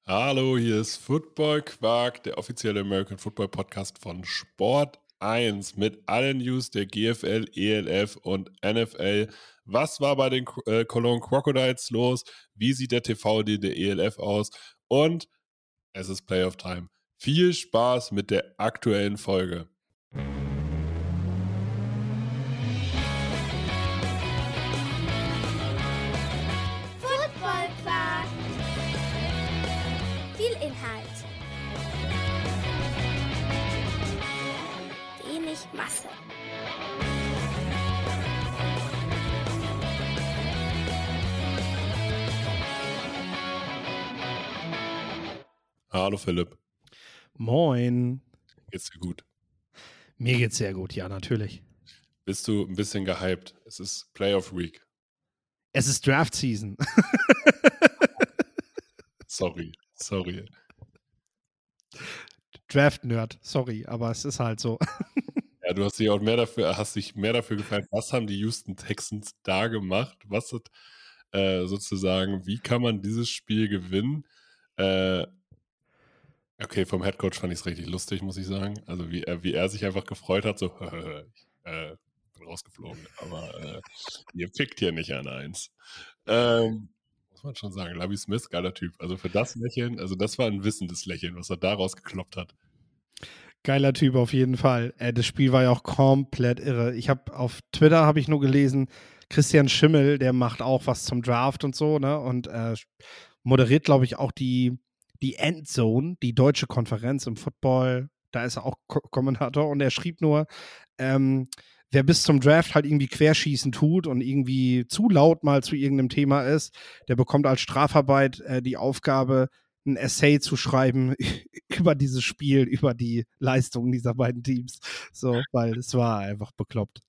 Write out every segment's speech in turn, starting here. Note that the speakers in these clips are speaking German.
Hallo, hier ist Football Quark, der offizielle American Football Podcast von Sport 1 mit allen News der GFL, ELF und NFL. Was war bei den Cologne Crocodiles los? Wie sieht der TV-Deal der ELF aus? Und es ist Playoff Time. Viel Spaß mit der aktuellen Folge. Football Quark. Viel Inhalt. Wenig Masse. Hallo Philipp, Moin. geht's dir gut? Mir geht's sehr gut, ja, natürlich. Bist du ein bisschen gehypt? Es ist Playoff Week. Es ist Draft Season. Sorry. Draft-Nerd, sorry, aber es ist halt so. Ja, du hast dich mehr dafür gefeiert. Was haben die Houston Texans da gemacht? Was hat sozusagen, wie kann man dieses Spiel gewinnen? Okay, vom Headcoach fand ich es richtig lustig, muss ich sagen. Also wie er sich einfach gefreut hat, so ich bin rausgeflogen, aber ihr pickt hier nicht an eins. Muss man schon sagen, Lovie Smith, geiler Typ. Also für das Lächeln, also das war ein wissendes Lächeln, was er da rausgekloppt hat. Geiler Typ auf jeden Fall. Das Spiel war ja auch komplett irre. Auf Twitter habe ich nur gelesen, Christian Schimmel, der macht auch was zum Draft und so, ne? Und moderiert, glaube ich, auch die Endzone, die deutsche Konferenz im Football. Da ist er auch Kommentator und er schrieb nur, wer bis zum Draft halt irgendwie Querschießen tut und irgendwie zu laut mal zu irgendeinem Thema ist, der bekommt als Strafarbeit die Aufgabe, ein Essay zu schreiben über dieses Spiel, über die Leistungen dieser beiden Teams. So, weil es war einfach bekloppt.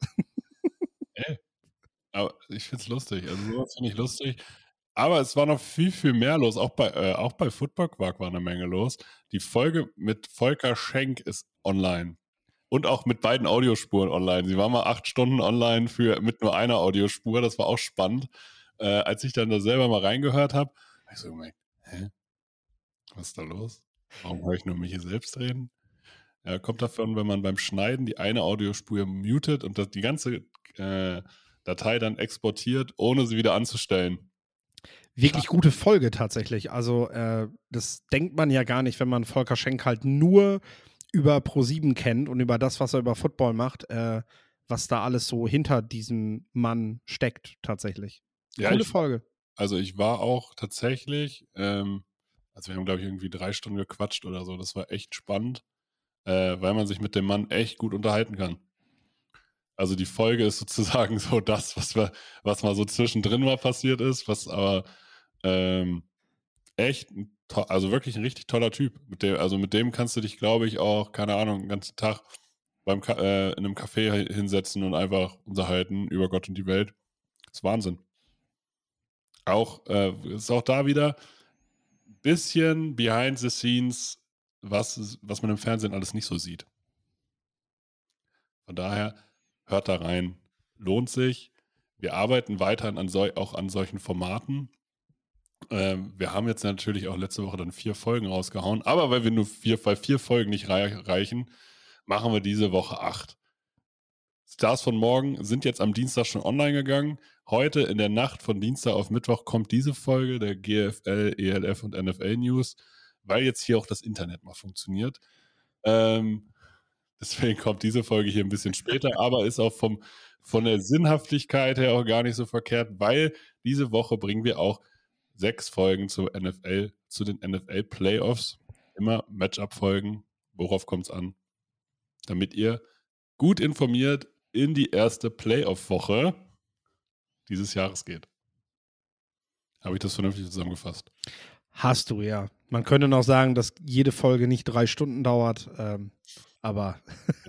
Aber ich finde es lustig. Also sowas finde ich lustig. Aber es war noch viel, viel mehr los. Auch bei Football Quark war eine Menge los. Die Folge mit Volker Schenk ist online. Und auch mit beiden Audiospuren online. Sie war mal 8 Stunden online mit nur einer Audiospur. Das war auch spannend. Als ich dann da selber mal reingehört habe, habe ich so gemerkt, was ist da los? Warum höre ich nur mich hier selbst reden? Ja, kommt davon, wenn man beim Schneiden die eine Audiospur mutet und die ganze Datei dann exportiert, ohne sie wieder anzustellen. Wirklich gute Folge tatsächlich. Also, das denkt man ja gar nicht, wenn man Volker Schenk halt nur über Pro7 kennt und über das, was er über Football macht, was da alles so hinter diesem Mann steckt, tatsächlich. Ja, Coole Folge. Also ich war auch tatsächlich, also wir haben, glaube ich, irgendwie 3 Stunden gequatscht oder so. Das war echt spannend, weil man sich mit dem Mann echt gut unterhalten kann. Also die Folge ist sozusagen so das, was mal so zwischendrin mal passiert ist, was aber echt, also wirklich ein richtig toller Typ. Mit dem kannst du dich, glaube ich, auch, keine Ahnung, den ganzen Tag in einem Café hinsetzen und einfach unterhalten über Gott und die Welt. Das ist Wahnsinn. Ist auch da wieder ein bisschen behind the scenes, was man im Fernsehen alles nicht so sieht. Von daher, hört da rein. Lohnt sich. Wir arbeiten weiterhin auch an solchen Formaten. Wir haben jetzt natürlich auch letzte Woche dann 4 Folgen rausgehauen, aber weil 4 Folgen nicht reichen, machen wir diese Woche 8. Stars von morgen sind jetzt am Dienstag schon online gegangen. Heute in der Nacht von Dienstag auf Mittwoch kommt diese Folge der GFL, ELF und NFL News, weil jetzt hier auch das Internet mal funktioniert. Deswegen kommt diese Folge hier ein bisschen später, aber ist auch von der Sinnhaftigkeit her auch gar nicht so verkehrt, weil diese Woche bringen wir auch 6 Folgen zu den NFL Playoffs. Immer Matchup-Folgen. Worauf kommt es an? Damit ihr gut informiert in die erste Playoff-Woche dieses Jahres geht. Habe ich das vernünftig zusammengefasst? Hast du, ja. Man könnte noch sagen, dass jede Folge nicht 3 Stunden dauert, aber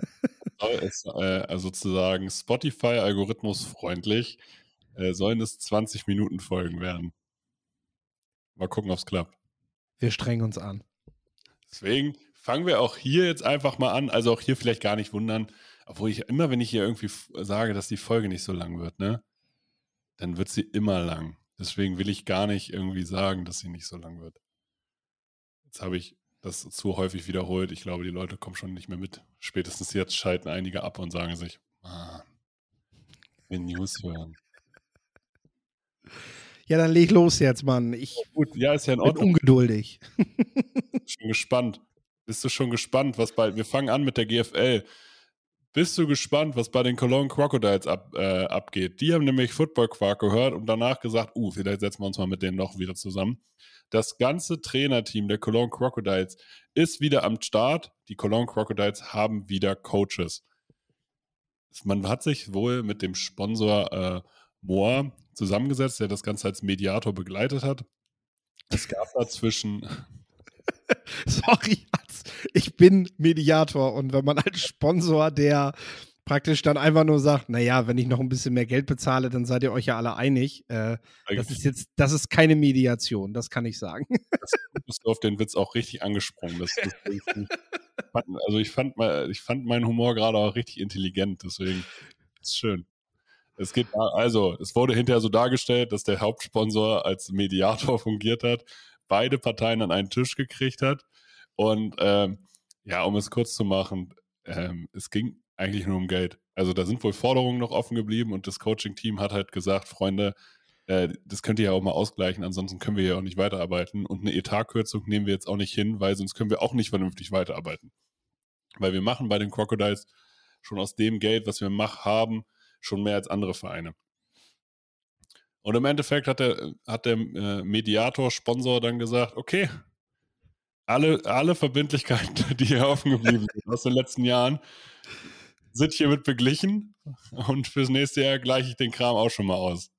Also sozusagen Spotify-Algorithmus freundlich sollen es 20 Minuten Folgen werden. Mal gucken, ob es klappt. wir strengen uns an. Deswegen fangen wir auch hier jetzt einfach mal an. Also auch hier vielleicht gar nicht wundern, obwohl wenn ich hier irgendwie sage, dass die Folge nicht so lang wird, ne, dann wird sie immer lang. Deswegen will ich gar nicht irgendwie sagen, dass sie nicht so lang wird. Jetzt habe ich das zu häufig wiederholt. Ich glaube, die Leute kommen schon nicht mehr mit. Spätestens jetzt schalten einige ab und sagen sich, will News hören. Ja, dann leg los jetzt, Mann. Ich Gut, ja, ist ja in bin Ordnung. ungeduldig. Schon gespannt. Bist du schon gespannt, was bald? Wir fangen an mit der GFL. Bist du gespannt, was bei den Cologne Crocodiles abgeht? Die haben nämlich Football Quark gehört und danach gesagt, vielleicht setzen wir uns mal mit denen noch wieder zusammen. Das ganze Trainerteam der Cologne Crocodiles ist wieder am Start. Die Cologne Crocodiles haben wieder Coaches. Man hat sich wohl mit dem Sponsor Moore zusammengesetzt, der das Ganze als Mediator begleitet hat. Es gab dazwischen... Sorry, ich bin Mediator und wenn man als Sponsor, der praktisch dann einfach nur sagt, naja, wenn ich noch ein bisschen mehr Geld bezahle, dann seid ihr euch ja alle einig. Das ist keine Mediation, das kann ich sagen. Bist du auf den Witz auch richtig angesprungen. Ich fand meinen Humor gerade auch richtig intelligent, deswegen ist es schön. Es wurde hinterher so dargestellt, dass der Hauptsponsor als Mediator fungiert hat, beide Parteien an einen Tisch gekriegt hat und um es kurz zu machen, es ging eigentlich nur um Geld. Also da sind wohl Forderungen noch offen geblieben und das Coaching-Team hat halt gesagt, Freunde, das könnt ihr ja auch mal ausgleichen, ansonsten können wir ja auch nicht weiterarbeiten und eine Etatkürzung nehmen wir jetzt auch nicht hin, weil sonst können wir auch nicht vernünftig weiterarbeiten. Weil wir machen bei den Crocodiles schon aus dem Geld, was wir haben, schon mehr als andere Vereine. Und im Endeffekt hat der Mediator-Sponsor dann gesagt, okay, alle Verbindlichkeiten, die hier offen geblieben sind aus den letzten Jahren, sind hiermit beglichen und fürs nächste Jahr gleiche ich den Kram auch schon mal aus.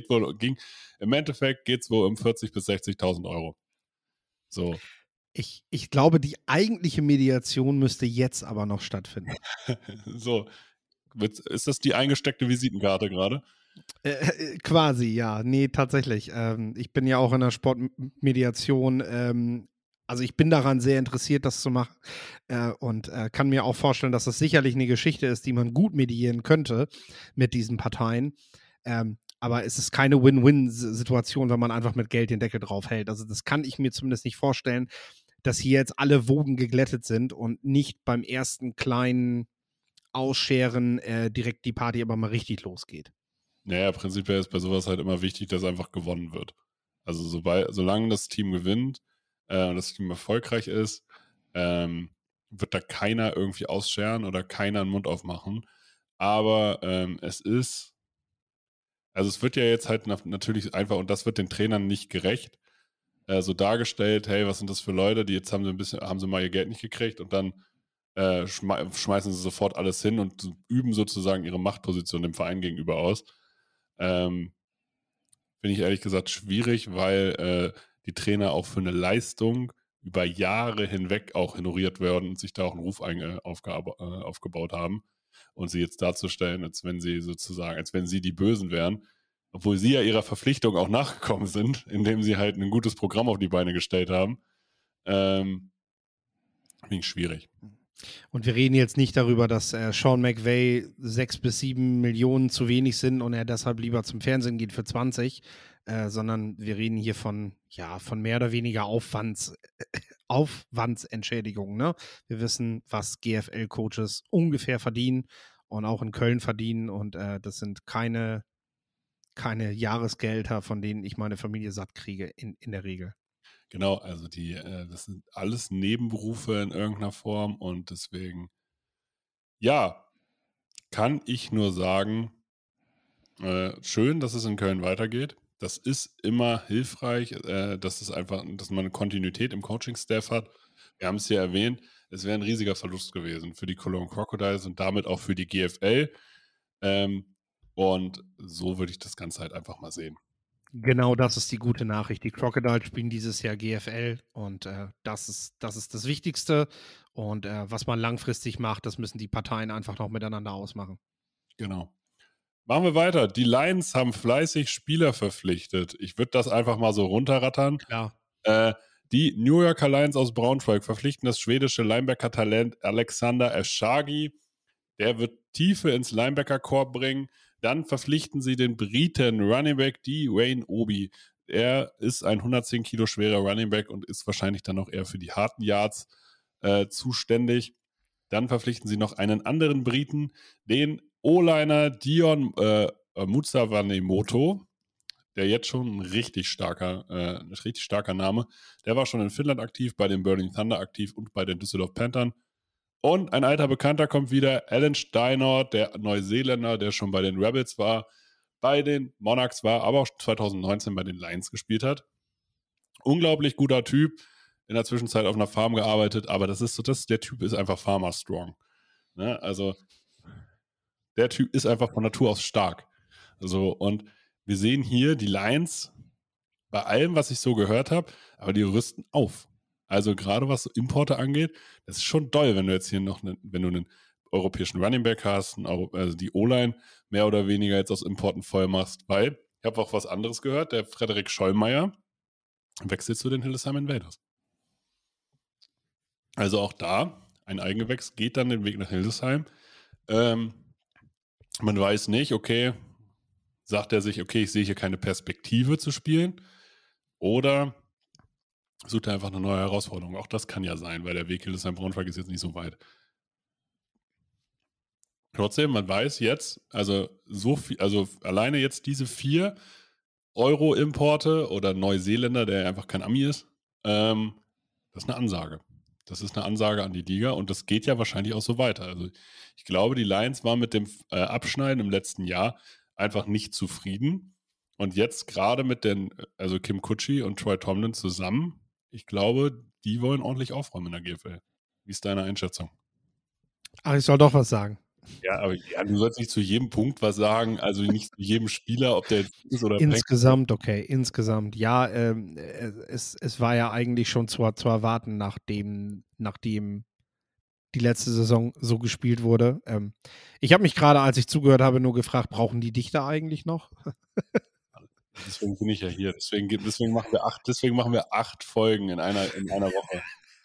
Im Endeffekt geht es wohl um 40.000 bis 60.000 Euro. So. Ich glaube, die eigentliche Mediation müsste jetzt aber noch stattfinden. So. Ist das die eingesteckte Visitenkarte gerade? Quasi, ja. Nee, tatsächlich. Ich bin ja auch in der Sportmediation. Also ich bin daran sehr interessiert, das zu machen und kann mir auch vorstellen, dass das sicherlich eine Geschichte ist, die man gut mediieren könnte mit diesen Parteien. Aber es ist keine Win-Win-Situation, wenn man einfach mit Geld den Deckel drauf hält. Also das kann ich mir zumindest nicht vorstellen, dass hier jetzt alle Wogen geglättet sind und nicht beim ersten kleinen Ausscheren direkt die Party aber mal richtig losgeht. Naja, prinzipiell ist bei sowas halt immer wichtig, dass einfach gewonnen wird. Also solange das Team gewinnt und das Team erfolgreich ist, wird da keiner irgendwie ausscheren oder keiner den Mund aufmachen. Aber es wird ja jetzt halt natürlich einfach, und das wird den Trainern nicht gerecht, so dargestellt, hey, was sind das für Leute, die jetzt haben sie mal ihr Geld nicht gekriegt und dann schmeißen sie sofort alles hin und üben sozusagen ihre Machtposition dem Verein gegenüber aus. Finde ich ehrlich gesagt schwierig, weil die Trainer auch für eine Leistung über Jahre hinweg auch honoriert werden und sich da auch einen Ruf aufgebaut haben. Und sie jetzt darzustellen, als wenn sie die Bösen wären, obwohl sie ja ihrer Verpflichtung auch nachgekommen sind, indem sie halt ein gutes Programm auf die Beine gestellt haben, finde ich schwierig. Und wir reden jetzt nicht darüber, dass Sean McVay 6 bis 7 Millionen zu wenig sind und er deshalb lieber zum Fernsehen geht für 20, sondern wir reden hier von mehr oder weniger Aufwandsentschädigungen. Ne? Wir wissen, was GFL-Coaches ungefähr verdienen und auch in Köln verdienen und das sind keine Jahresgelder, von denen ich meine Familie satt kriege in der Regel. Genau, also das sind alles Nebenberufe in irgendeiner Form und deswegen, ja, kann ich nur sagen, schön, dass es in Köln weitergeht. Das ist immer hilfreich, dass man eine Kontinuität im Coaching-Staff hat. Wir haben es hier erwähnt, es wäre ein riesiger Verlust gewesen für die Cologne Crocodiles und damit auch für die GFL. Und so würde ich das Ganze halt einfach mal sehen. Genau, das ist die gute Nachricht. Die Crocodiles spielen dieses Jahr GFL und das ist das Wichtigste. Und was man langfristig macht, das müssen die Parteien einfach noch miteinander ausmachen. Genau. Machen wir weiter. Die Lions haben fleißig Spieler verpflichtet. Ich würde das einfach mal so runterrattern. Klar. Die New Yorker Lions aus Braunschweig verpflichten das schwedische Linebacker-Talent Alexander Eshagi. Der wird Tiefe ins Linebacker-Korps bringen. Dann verpflichten sie den Briten Running Back Dwayne Obi. er ist ein 110 Kilo schwerer Running Back und ist wahrscheinlich dann auch eher für die harten Yards zuständig. Dann verpflichten sie noch einen anderen Briten, den O-Liner Dion Mutsawanemoto, der jetzt schon ein richtig starker Name. Der war schon in Finnland aktiv, bei den Burning Thunder aktiv und bei den Düsseldorf Panthern. Und ein alter Bekannter kommt wieder, Alan Steinort, der Neuseeländer, der schon bei den Rebels war, bei den Monarchs war, aber auch 2019 bei den Lions gespielt hat. Unglaublich guter Typ, in der Zwischenzeit auf einer Farm gearbeitet, aber der Typ ist einfach Farmer strong. Ne? Also der Typ ist einfach von Natur aus stark. So, und wir sehen hier die Lions bei allem, was ich so gehört habe, aber die rüsten auf. Also gerade was Importe angeht, das ist schon doll, wenn du jetzt hier noch, wenn du einen europäischen Running Back hast, also die O-Line mehr oder weniger jetzt aus Importen voll machst, weil ich habe auch was anderes gehört, der Frederik Schollmeier wechselt zu den Hildesheim Invaders. Also auch da, ein Eigengewächs geht dann den Weg nach Hildesheim. Man weiß nicht, okay, sagt er sich, okay, ich sehe hier keine Perspektive zu spielen, oder sucht er einfach eine neue Herausforderung. Auch das kann ja sein, weil der Weg Hildesheim-Braunschweig ist jetzt nicht so weit. Trotzdem, man weiß jetzt, also so viel, also alleine jetzt diese 4 Euro-Importe oder Neuseeländer, der einfach kein Ami ist, das ist eine Ansage. Das ist eine Ansage an die Liga und das geht ja wahrscheinlich auch so weiter. Also ich glaube, die Lions waren mit dem Abschneiden im letzten Jahr einfach nicht zufrieden. Und jetzt gerade mit also Kim Kutschi und Troy Tomlin zusammen, ich glaube, die wollen ordentlich aufräumen in der GFL. Wie ist deine Einschätzung? Ach, ich soll doch was sagen. Ja, aber du sollst nicht zu jedem Punkt was sagen, also nicht zu jedem Spieler, ob der jetzt ist oder insgesamt, okay, insgesamt. Ja, es war ja eigentlich schon zu erwarten, nachdem die letzte Saison so gespielt wurde. Ich habe mich gerade, als ich zugehört habe, nur gefragt, brauchen die Dichter eigentlich noch? Deswegen bin ich ja hier. Deswegen machen wir 8 Folgen in einer Woche.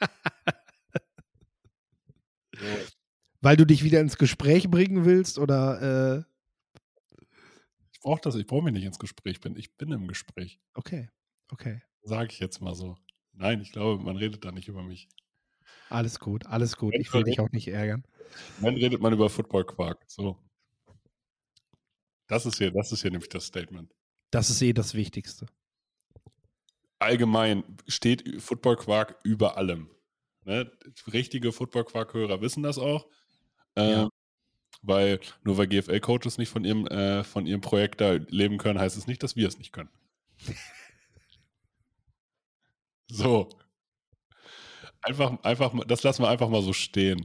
So. Weil du dich wieder ins Gespräch bringen willst, oder? Ich brauche mich nicht ins Gespräch bringen. Ich bin im Gespräch. Okay. Sage ich jetzt mal so. Nein, ich glaube, man redet da nicht über mich. Alles gut. Ich will dich auch nicht ärgern. Dann redet man über Football-Quark. So. Das ist hier nämlich das Statement. Das ist das Wichtigste. Allgemein steht Football-Quark über allem. Ne? Richtige Football-Quark-Hörer wissen das auch. Ja. Weil nur weil GFL-Coaches nicht von ihrem Projekt da leben können, heißt es nicht, dass wir es nicht können. So. Das lassen wir einfach mal so stehen.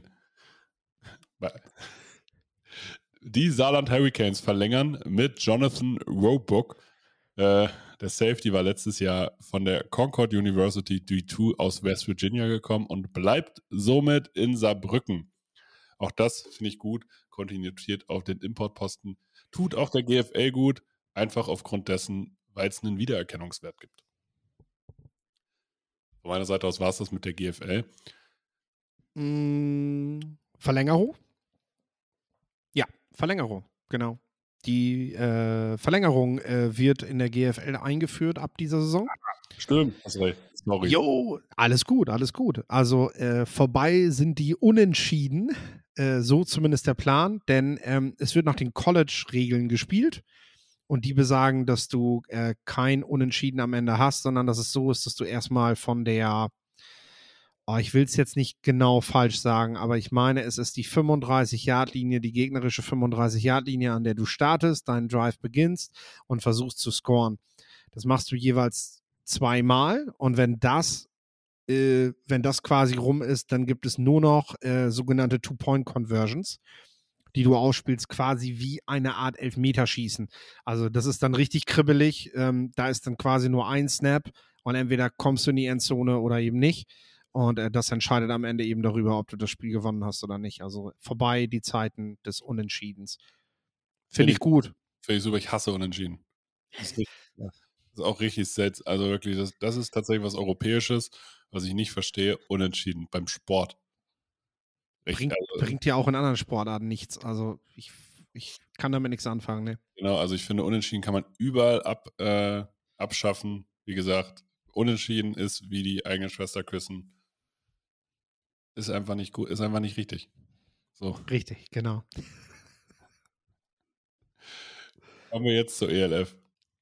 Die Saarland Hurricanes verlängern mit Jonathan Roebuck. Der Safety war letztes Jahr von der Concord University D2 aus West Virginia gekommen und bleibt somit in Saarbrücken. Auch das finde ich gut. Kontinuität auf den Importposten. Tut auch der GFL gut, einfach aufgrund dessen, weil es einen Wiedererkennungswert gibt. Von meiner Seite aus war es das mit der GFL. Verlängerung? Ja, Verlängerung, genau. Die Verlängerung wird in der GFL eingeführt ab dieser Saison. Stimmt, hast recht. Sorry. Jo, alles gut. Also vorbei sind die Unentschieden, so zumindest der Plan, denn es wird nach den College-Regeln gespielt und die besagen, dass du kein Unentschieden am Ende hast, sondern dass es so ist, dass du erstmal von der, ich will es jetzt nicht genau falsch sagen, aber ich meine, es ist die 35-Yard-Linie, die gegnerische 35-Yard-Linie, an der du startest, deinen Drive beginnst und versuchst zu scoren. Das machst du jeweils 2-mal und wenn das quasi rum ist, dann gibt es nur noch sogenannte Two-Point-Conversions, die du ausspielst, quasi wie eine Art Elfmeterschießen. Also das ist dann richtig kribbelig. Da ist dann quasi nur ein Snap und entweder kommst du in die Endzone oder eben nicht. Und das entscheidet am Ende eben darüber, ob du das Spiel gewonnen hast oder nicht. Also vorbei die Zeiten des Unentschiedens. Finde ich gut. Finde ich super, ich hasse Unentschieden. Das ist auch richtig seltsam. Also wirklich, das ist tatsächlich was Europäisches, was ich nicht verstehe. Unentschieden beim Sport. Bringt ja auch in anderen Sportarten nichts. Also ich kann damit nichts anfangen, ne? Genau, also ich finde, Unentschieden kann man überall abschaffen. Wie gesagt, unentschieden ist wie die eigene Schwester küssen. Ist einfach nicht gut, ist einfach nicht richtig. So. Richtig, genau. Kommen wir jetzt zur ELF.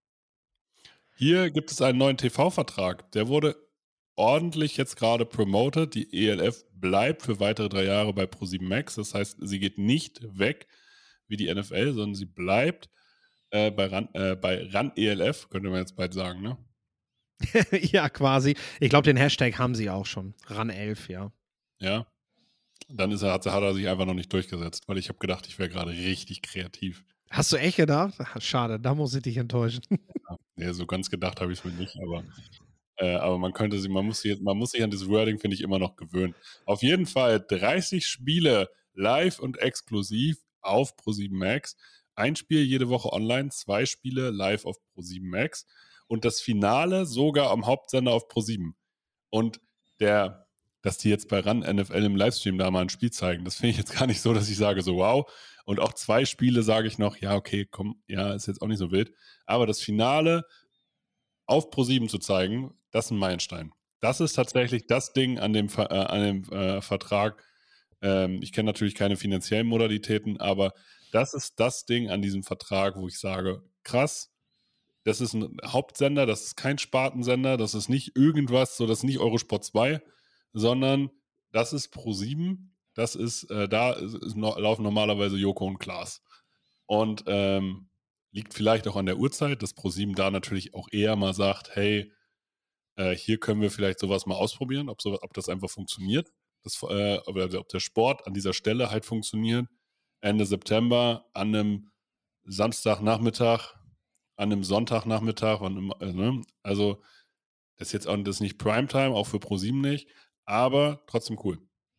Hier gibt es einen neuen TV-Vertrag. Der wurde ordentlich jetzt gerade promoted. Die ELF bleibt für weitere 3 Jahre bei ProSieben Max. Das heißt, sie geht nicht weg wie die NFL, sondern sie bleibt bei RAN ELF, könnte man jetzt bald sagen, ne? Ja, quasi. Ich glaube, den Hashtag haben sie auch schon. RAN11, ja. Ja. Dann hat er sich einfach noch nicht durchgesetzt, weil ich habe gedacht, ich wäre gerade richtig kreativ. Hast du echt gedacht? Schade, da muss ich dich enttäuschen. Ja, nee, so ganz gedacht habe ich es mir nicht, aber man muss sich an das Wording, finde ich, immer noch gewöhnen. Auf jeden Fall 30 Spiele live und exklusiv auf ProSieben Max. Ein Spiel jede Woche online, 2 Spiele live auf ProSieben Max und das Finale sogar am Hauptsender auf ProSieben. Und dass die jetzt bei RAN NFL im Livestream da mal ein Spiel zeigen, das finde ich jetzt gar nicht so, dass ich sage so wow. Und auch 2 Spiele sage ich noch, ja okay, komm, ja, ist jetzt auch nicht so wild. Aber das Finale auf ProSieben zu zeigen, das ist ein Meilenstein. Das ist tatsächlich das Ding an dem Vertrag. Ich kenne natürlich keine finanziellen Modalitäten, aber das ist das Ding an diesem Vertrag, wo ich sage, krass, das ist ein Hauptsender, das ist kein Spartensender, das ist nicht irgendwas, so das ist nicht Eurosport 2, sondern das ist ProSieben, das ist, laufen normalerweise Joko und Klaas. Und liegt vielleicht auch an der Uhrzeit, dass ProSieben da natürlich auch eher mal sagt, hey, hier können wir vielleicht sowas mal ausprobieren, ob das einfach funktioniert, ob der Sport an dieser Stelle halt funktioniert. Ende September an einem Samstagnachmittag, an einem Sonntagnachmittag, ne? Also das ist jetzt auch das ist nicht Primetime, auch für ProSieben nicht, aber trotzdem cool.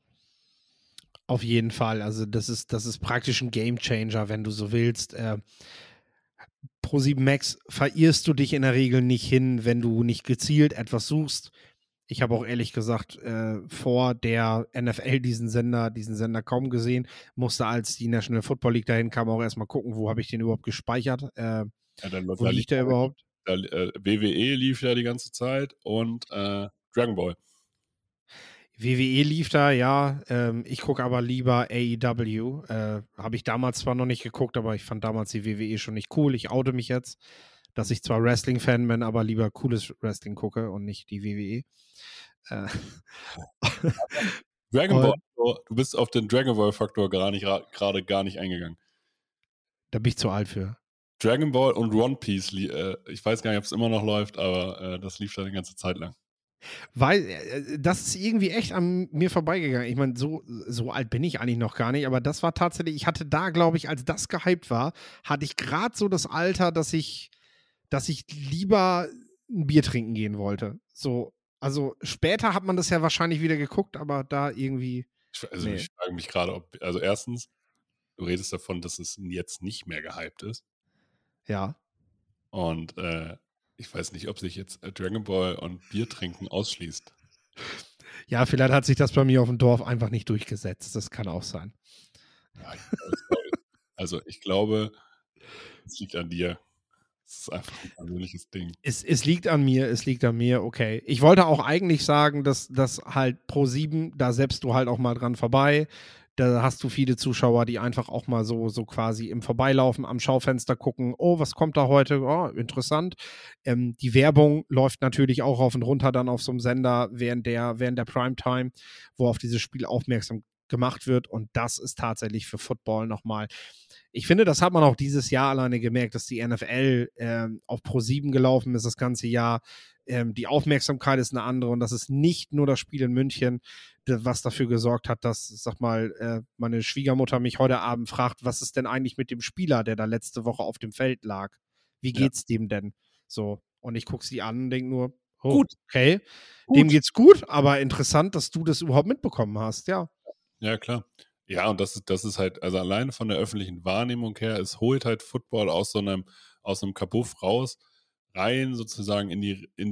Auf jeden Fall. Also das ist praktisch ein Gamechanger, wenn du so willst. ProSieben Max verirrst du dich in der Regel nicht hin, wenn du nicht gezielt etwas suchst. Ich habe auch ehrlich gesagt vor der NFL diesen Sender kaum gesehen. Musste, als die National Football League dahin kam, auch erstmal gucken, wo habe ich den überhaupt gespeichert. Wo liegt der überhaupt? WWE lief ja die ganze Zeit und Dragon Ball. WWE lief da, ja. Ich gucke aber lieber AEW. Habe ich damals zwar noch nicht geguckt, aber ich fand damals die WWE schon nicht cool. Ich oute mich jetzt, dass ich zwar Wrestling-Fan bin, aber lieber cooles Wrestling gucke und nicht die WWE. Dragon Ball, du bist auf den Dragon Ball-Faktor gerade gar nicht eingegangen. Da bin ich zu alt für. Dragon Ball und One Piece, ich weiß gar nicht, ob es immer noch läuft, aber das lief da eine ganze Zeit lang. Weil das ist irgendwie echt an mir vorbeigegangen. Ich meine, so alt bin ich eigentlich noch gar nicht, aber das war tatsächlich, ich hatte da, glaube ich, als das gehypt war, hatte ich gerade so das Alter, dass ich lieber ein Bier trinken gehen wollte. So, also später hat man das ja wahrscheinlich wieder geguckt, aber da irgendwie. Ich frage mich gerade, also erstens, du redest davon, dass es jetzt nicht mehr gehypt ist. Ja. Und ich weiß nicht, ob sich jetzt Dragon Ball und Bier trinken ausschließt. Ja, vielleicht hat sich das bei mir auf dem Dorf einfach nicht durchgesetzt. Das kann auch sein. Ja, ich glaube, es liegt an dir. Es ist einfach ein persönliches Ding. Es liegt an mir, okay. Ich wollte auch eigentlich sagen, dass halt ProSieben, da setzt du halt auch mal dran vorbei. Da hast du viele Zuschauer, die einfach auch mal so quasi im Vorbeilaufen am Schaufenster gucken, oh, was kommt da heute? Oh, interessant. Die Werbung läuft natürlich auch rauf und runter dann auf so einem Sender während der Primetime, wo auf dieses Spiel aufmerksam gemacht wird. Und das ist tatsächlich für Football nochmal. Ich finde, das hat man auch dieses Jahr alleine gemerkt, dass die NFL auf ProSieben gelaufen ist das ganze Jahr. Die Aufmerksamkeit ist eine andere und das ist nicht nur das Spiel in München, was dafür gesorgt hat, dass, sag mal, meine Schwiegermutter mich heute Abend fragt, was ist denn eigentlich mit dem Spieler, der da letzte Woche auf dem Feld lag? Wie geht's dem denn? So, und ich gucke sie an und denke nur, oh, gut, okay, gut. Dem geht's gut, aber interessant, dass du das überhaupt mitbekommen hast, ja. Ja, klar. Ja, und das ist halt, also alleine von der öffentlichen Wahrnehmung her, es holt halt Football aus so einem Kabuff raus, rein sozusagen in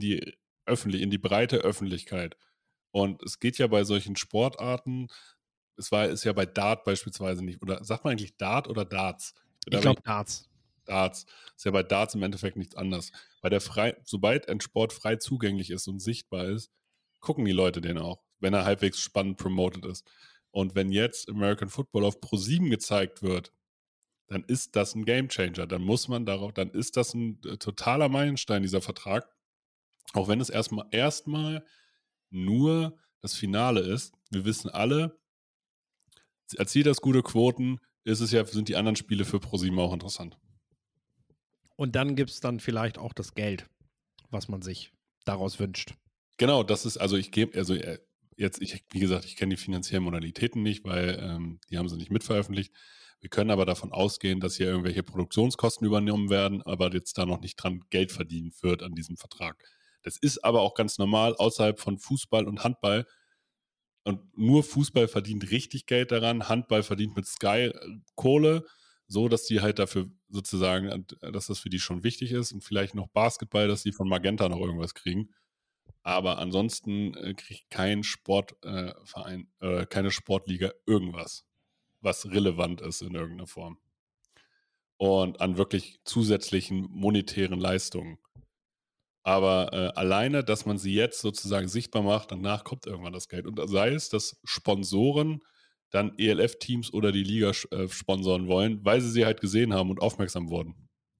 die breite Öffentlichkeit. Und es geht ja bei solchen Sportarten, ist ja bei Dart beispielsweise nicht, oder sagt man eigentlich Dart oder Darts? Ich glaube Darts. Darts. Ist ja bei Darts im Endeffekt nichts anderes. Sobald ein Sport frei zugänglich ist und sichtbar ist, gucken die Leute den auch, wenn er halbwegs spannend promoted ist. Und wenn jetzt American Football auf Pro7 gezeigt wird, dann ist das ein Gamechanger. Dann ist das ein totaler Meilenstein, dieser Vertrag. Auch wenn es erstmal nur das Finale ist. Wir wissen alle, erzielt das gute Quoten, sind die anderen Spiele für Pro7 auch interessant. Und dann gibt es dann vielleicht auch das Geld, was man sich daraus wünscht. Genau, das ist, wie gesagt, ich kenne die finanziellen Modalitäten nicht, weil die haben sie nicht mitveröffentlicht. Wir können aber davon ausgehen, dass hier irgendwelche Produktionskosten übernommen werden, aber jetzt da noch nicht dran Geld verdient wird an diesem Vertrag. Das ist aber auch ganz normal außerhalb von Fußball und Handball. Und nur Fußball verdient richtig Geld daran, Handball verdient mit Sky Kohle, so dass die halt dafür sozusagen, dass das für die schon wichtig ist und vielleicht noch Basketball, dass die von Magenta noch irgendwas kriegen. Aber ansonsten kriegt kein Sportverein, keine Sportliga irgendwas, was relevant ist in irgendeiner Form. Und an wirklich zusätzlichen monetären Leistungen. Aber alleine, dass man sie jetzt sozusagen sichtbar macht, danach kommt irgendwann das Geld. Und sei es, dass Sponsoren dann ELF-Teams oder die Liga sponsoren wollen, weil sie halt gesehen haben und aufmerksam wurden.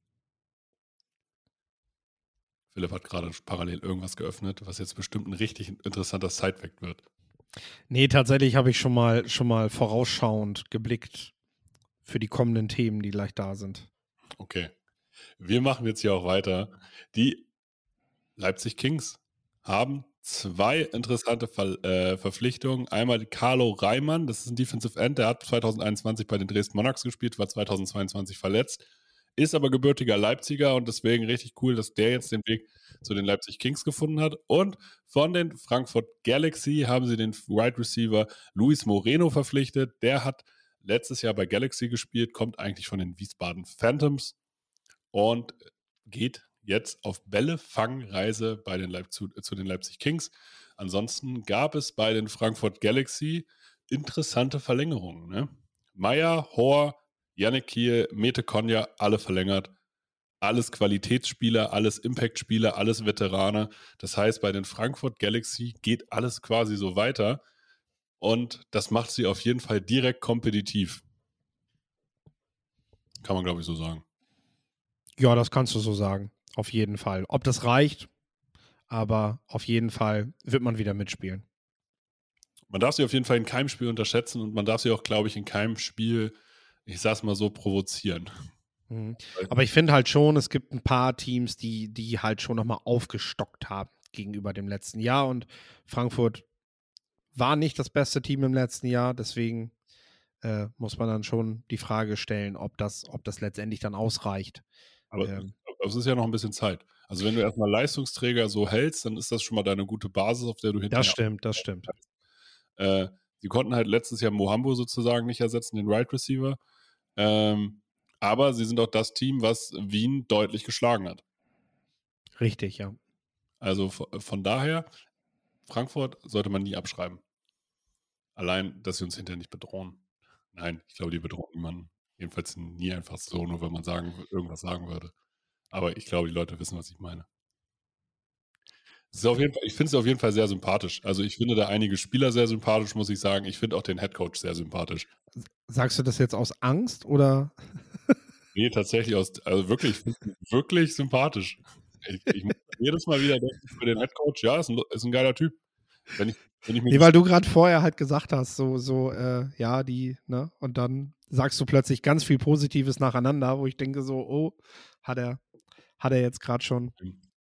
Philipp hat gerade parallel irgendwas geöffnet, was jetzt bestimmt ein richtig interessanter Sidefact wird. Nee, tatsächlich habe ich schon mal vorausschauend geblickt für die kommenden Themen, die gleich da sind. Okay. Wir machen jetzt hier auch weiter. Die Leipzig Kings haben 2 interessante Verpflichtungen. Einmal Carlo Reimann, das ist ein Defensive End, der hat 2021 bei den Dresden Monarchs gespielt, war 2022 verletzt, ist aber gebürtiger Leipziger und deswegen richtig cool, dass der jetzt den Weg zu den Leipzig Kings gefunden hat. Und von den Frankfurt Galaxy haben sie den Wide Receiver Luis Moreno verpflichtet. Der hat letztes Jahr bei Galaxy gespielt, kommt eigentlich von den Wiesbaden Phantoms und geht jetzt auf Bälle-Fangreise zu den Leipzig Kings. Ansonsten gab es bei den Frankfurt Galaxy interessante Verlängerungen. Ne? Meyer, Hohr, Yannick Kiel, Mete Konja, alle verlängert. Alles Qualitätsspieler, alles Impact-Spieler, alles Veterane. Das heißt, bei den Frankfurt Galaxy geht alles quasi so weiter. Und das macht sie auf jeden Fall direkt kompetitiv. Kann man, glaube ich, so sagen. Ja, das kannst du so sagen. Auf jeden Fall. Ob das reicht, aber auf jeden Fall wird man wieder mitspielen. Man darf sie auf jeden Fall in keinem Spiel unterschätzen und man darf sie auch, glaube ich, in keinem Spiel, ich sag's mal so, provozieren. Mhm. Aber ich finde halt schon, es gibt ein paar Teams, die halt schon nochmal aufgestockt haben gegenüber dem letzten Jahr und Frankfurt war nicht das beste Team im letzten Jahr, deswegen muss man dann schon die Frage stellen, ob das letztendlich dann ausreicht. Aber es ist ja noch ein bisschen Zeit. Also wenn du erstmal Leistungsträger so hältst, dann ist das schon mal deine gute Basis, auf der du hinterher... Das stimmt. Sie konnten halt letztes Jahr Mohambo sozusagen nicht ersetzen, den Wide Receiver. Aber sie sind auch das Team, was Wien deutlich geschlagen hat. Richtig, ja. Also von daher, Frankfurt sollte man nie abschreiben. Allein, dass sie uns hinterher nicht bedrohen. Nein, ich glaube, die bedrohen niemanden. Jedenfalls nie einfach so, nur wenn man irgendwas sagen würde. Aber ich glaube, die Leute wissen, was ich meine. Ich finde es auf jeden Fall sehr sympathisch. Also ich finde da einige Spieler sehr sympathisch, muss ich sagen. Ich finde auch den Headcoach sehr sympathisch. Sagst du das jetzt aus Angst oder? Nee, tatsächlich also wirklich, wirklich sympathisch. Ich muss jedes Mal wieder denken für den Headcoach, ja, ist ein geiler Typ. Nee, weil du gerade vorher halt gesagt hast, ja, ne? Und dann sagst du plötzlich ganz viel Positives nacheinander, wo ich denke so, oh, hat er jetzt gerade schon.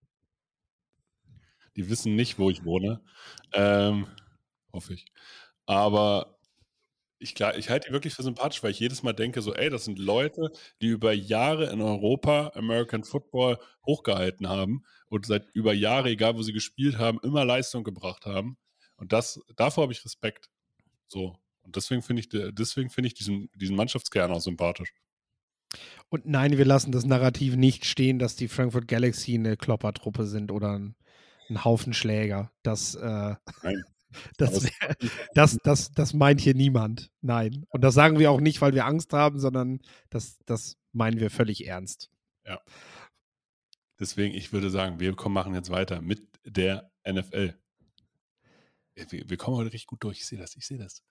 Die wissen nicht, wo ich wohne. Hoffe ich. Aber ich halte die wirklich für sympathisch, weil ich jedes Mal denke so, ey, das sind Leute, die über Jahre in Europa American Football hochgehalten haben und seit über Jahre, egal wo sie gespielt haben, immer Leistung gebracht haben. Und davor habe ich Respekt. So. Und deswegen finde ich diesen Mannschaftskern auch sympathisch. Und nein, wir lassen das Narrativ nicht stehen, dass die Frankfurt Galaxy eine Kloppertruppe sind oder ein Haufen Schläger. Nein. Das meint hier niemand. Nein. Und das sagen wir auch nicht, weil wir Angst haben, sondern das meinen wir völlig ernst. Ja. Deswegen, ich würde sagen, wir machen jetzt weiter mit der NFL. Wir kommen heute richtig gut durch. Ich sehe das.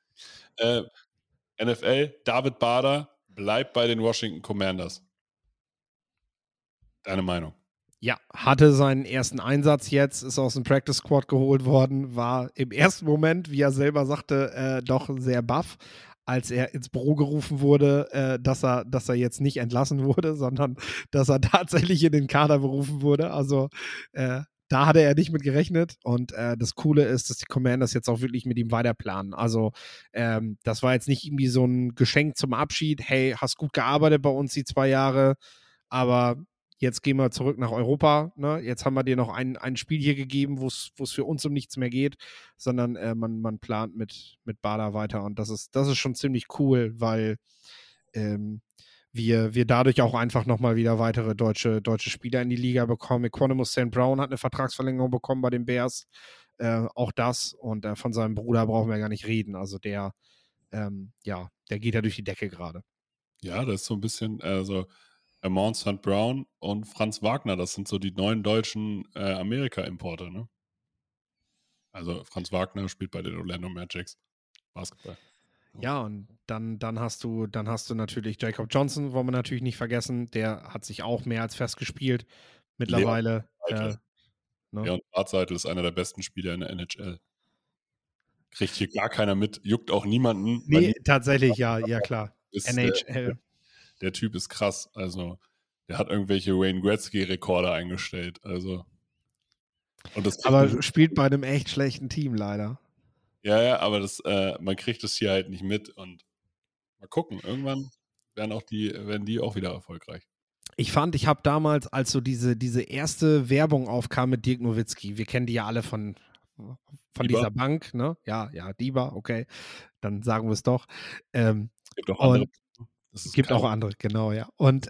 NFL, David Bader bleibt bei den Washington Commanders. Deine Meinung? Ja, hatte seinen ersten Einsatz jetzt, ist aus dem Practice Squad geholt worden, war im ersten Moment, wie er selber sagte, doch sehr baff, als er ins Büro gerufen wurde, dass er jetzt nicht entlassen wurde, sondern dass er tatsächlich in den Kader berufen wurde. Also da hatte er nicht mit gerechnet. Und das Coole ist, dass die Commanders jetzt auch wirklich mit ihm weiterplanen. Also das war jetzt nicht irgendwie so ein Geschenk zum Abschied. Hey, hast gut gearbeitet bei uns die 2 Jahre, aber jetzt gehen wir zurück nach Europa. Ne? Jetzt haben wir dir noch ein Spiel hier gegeben, wo es für uns um nichts mehr geht, sondern man plant mit Bader weiter. Und das ist schon ziemlich cool, weil wir dadurch auch einfach nochmal wieder weitere deutsche Spieler in die Liga bekommen. Equanimous St. Brown hat eine Vertragsverlängerung bekommen bei den Bears. Auch das. Und von seinem Bruder brauchen wir gar nicht reden. Also der geht ja durch die Decke gerade. Ja, das ist so ein bisschen, Amon St. Brown und Franz Wagner, das sind so die neuen deutschen Amerika-Importer, ne? Also Franz Wagner spielt bei den Orlando Magics Basketball. Ja, und dann hast du natürlich Jacob Johnson, wollen wir natürlich nicht vergessen, der hat sich auch mehr als festgespielt mittlerweile. Leon Bartzeitel ist einer der besten Spieler in der NHL. Kriegt hier gar keiner mit, juckt auch niemanden. Nee, tatsächlich, ja, klar. NHL. Der Typ ist krass, also der hat irgendwelche Wayne Gretzky-Rekorde eingestellt, also. Aber spielt bei einem echt schlechten Team leider. Ja, aber man kriegt das hier halt nicht mit und mal gucken, irgendwann werden die auch wieder erfolgreich. Ich habe damals, als so diese erste Werbung aufkam mit Dirk Nowitzki, wir kennen die ja alle von dieser Bank, ne? Ja, DIBA, okay, dann sagen wir es doch. Gibt auch andere. Gibt auch andere, genau, ja. Und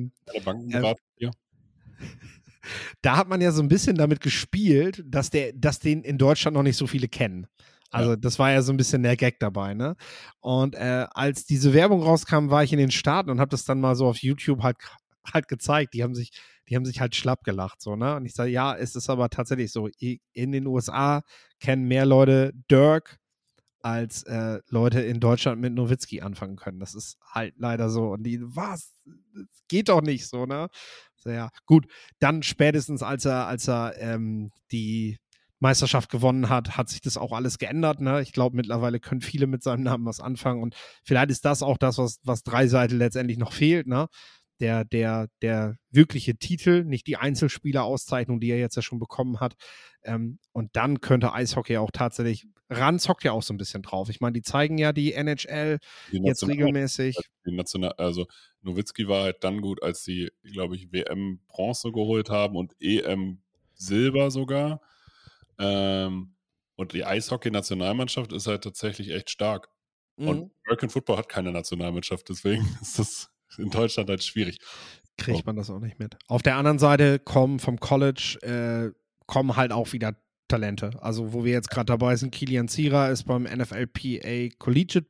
da hat man ja so ein bisschen damit gespielt, dass den in Deutschland noch nicht so viele kennen. Also das war ja so ein bisschen der Gag dabei, ne? Und als diese Werbung rauskam, war ich in den Staaten und habe das dann mal so auf YouTube halt gezeigt. Die haben sich halt schlapp gelacht, so, ne? Und ich sage, ja, es ist aber tatsächlich so. In den USA kennen mehr Leute Dirk, als Leute in Deutschland mit Nowitzki anfangen können. Das ist halt leider so. Und was? Das geht doch nicht so, ne? So, ja, gut. Dann spätestens, als er die Meisterschaft gewonnen hat sich das auch alles geändert, ne? Ich glaube, mittlerweile können viele mit seinem Namen was anfangen. Und vielleicht ist das auch das, was Dreiseitel letztendlich noch fehlt, ne? Der wirkliche Titel, nicht die Einzelspielerauszeichnung, die er jetzt ja schon bekommen hat. Und dann könnte Eishockey auch tatsächlich, Ranz hockt ja auch so ein bisschen drauf. Ich meine, die zeigen ja die NHL jetzt regelmäßig. Also Nowitzki war halt dann gut, als sie, glaube ich, WM Bronze geholt haben und EM Silber sogar. Und die Eishockey-Nationalmannschaft ist halt tatsächlich echt stark. Und American Football hat keine Nationalmannschaft, deswegen ist das in Deutschland halt schwierig. Kriegt man das auch nicht mit. Auf der anderen Seite kommen vom College halt auch wieder Talente. Also wo wir jetzt gerade dabei sind, Kilian Zierer ist beim NFLPA Collegiate,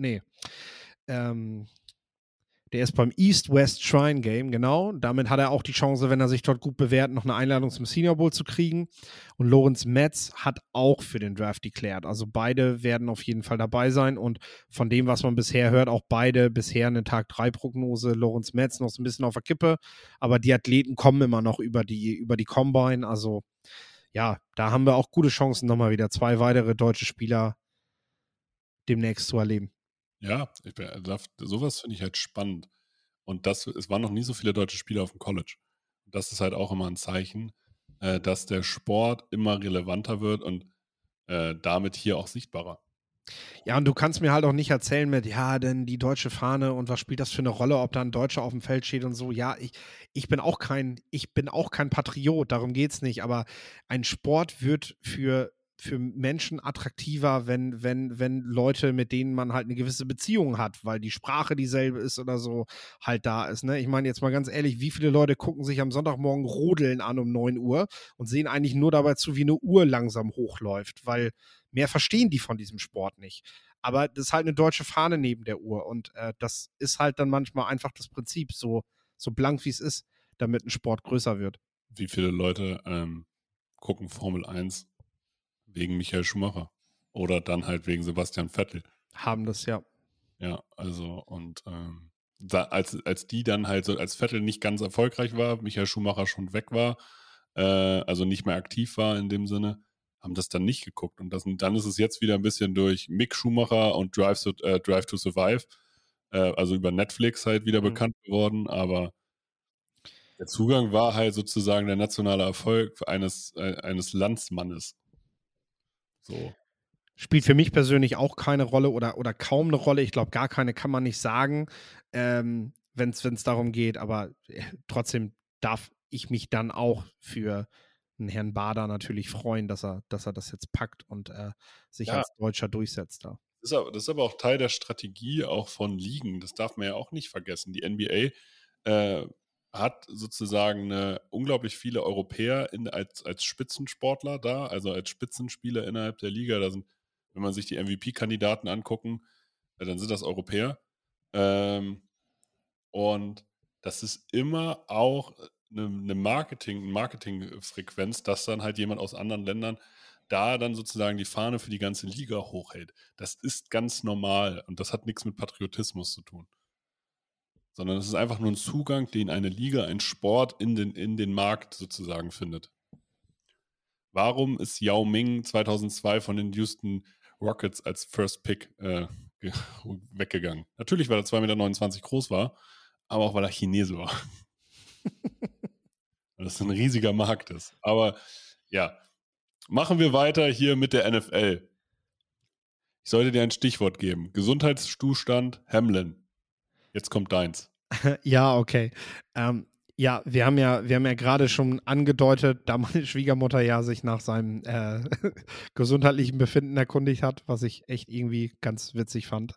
der ist beim East-West Shrine Game, genau. Damit hat er auch die Chance, wenn er sich dort gut bewährt, noch eine Einladung zum Senior Bowl zu kriegen. Und Lorenz Metz hat auch für den Draft declared. Also beide werden auf jeden Fall dabei sein. Und von dem, was man bisher hört, auch beide bisher eine Tag-3-Prognose. Lorenz Metz noch so ein bisschen auf der Kippe. Aber die Athleten kommen immer noch über die Combine. Also ja, da haben wir auch gute Chancen, nochmal wieder 2 weitere deutsche Spieler demnächst zu erleben. Ja, sowas finde ich halt spannend. Und es waren noch nie so viele deutsche Spieler auf dem College. Das ist halt auch immer ein Zeichen, dass der Sport immer relevanter wird und damit hier auch sichtbarer. Ja, und du kannst mir halt auch nicht erzählen denn die deutsche Fahne und was spielt das für eine Rolle, ob da ein Deutscher auf dem Feld steht und so. Ja, ich bin auch kein Patriot, darum geht's nicht. Aber ein Sport wird für Menschen attraktiver, wenn Leute, mit denen man halt eine gewisse Beziehung hat, weil die Sprache dieselbe ist oder so, halt da ist. Ne? Ich meine, jetzt mal ganz ehrlich, wie viele Leute gucken sich am Sonntagmorgen Rodeln an um 9 Uhr und sehen eigentlich nur dabei zu, wie eine Uhr langsam hochläuft, weil mehr verstehen die von diesem Sport nicht. Aber das ist halt eine deutsche Fahne neben der Uhr und das ist halt dann manchmal einfach das Prinzip, so blank wie es ist, damit ein Sport größer wird. Wie viele Leute gucken Formel 1 wegen Michael Schumacher oder dann halt wegen Sebastian Vettel? Haben das, ja. Ja, also und als die dann halt so, als Vettel nicht ganz erfolgreich war, Michael Schumacher schon weg war, also nicht mehr aktiv war in dem Sinne, haben das dann nicht geguckt. Und dann ist es jetzt wieder ein bisschen durch Mick Schumacher und Drive to Survive, also über Netflix halt wieder bekannt geworden, aber der Zugang war halt sozusagen der nationale Erfolg eines Landsmannes. So. Spielt für mich persönlich auch keine Rolle oder kaum eine Rolle. Ich glaube, gar keine kann man nicht sagen, wenn es darum geht. Aber trotzdem darf ich mich dann auch für einen Herrn Bader natürlich freuen, dass er das jetzt packt und sich als Deutscher durchsetzt da. Das ist aber auch Teil der Strategie auch von Ligen. Das darf man ja auch nicht vergessen. Die NBA hat sozusagen unglaublich viele Europäer als Spitzensportler da, also als Spitzenspieler innerhalb der Liga. Da sind, wenn man sich die MVP-Kandidaten angucken, dann sind das Europäer. Und das ist immer auch eine Marketingfrequenz, dass dann halt jemand aus anderen Ländern da dann sozusagen die Fahne für die ganze Liga hochhält. Das ist ganz normal und das hat nichts mit Patriotismus zu tun. Sondern es ist einfach nur ein Zugang, den eine Liga, ein Sport in den Markt sozusagen findet. Warum ist Yao Ming 2002 von den Houston Rockets als First Pick weggegangen? Natürlich, weil er 2,29 Meter groß war, aber auch weil er Chinese war. Weil das ein riesiger Markt ist. Aber ja, machen wir weiter hier mit der NFL. Ich sollte dir ein Stichwort geben. Gesundheitszustand Hamlin. Jetzt kommt deins. Ja, okay. Ja, wir haben ja gerade schon angedeutet, da meine Schwiegermutter ja sich nach seinem gesundheitlichen Befinden erkundigt hat, was ich echt irgendwie ganz witzig fand.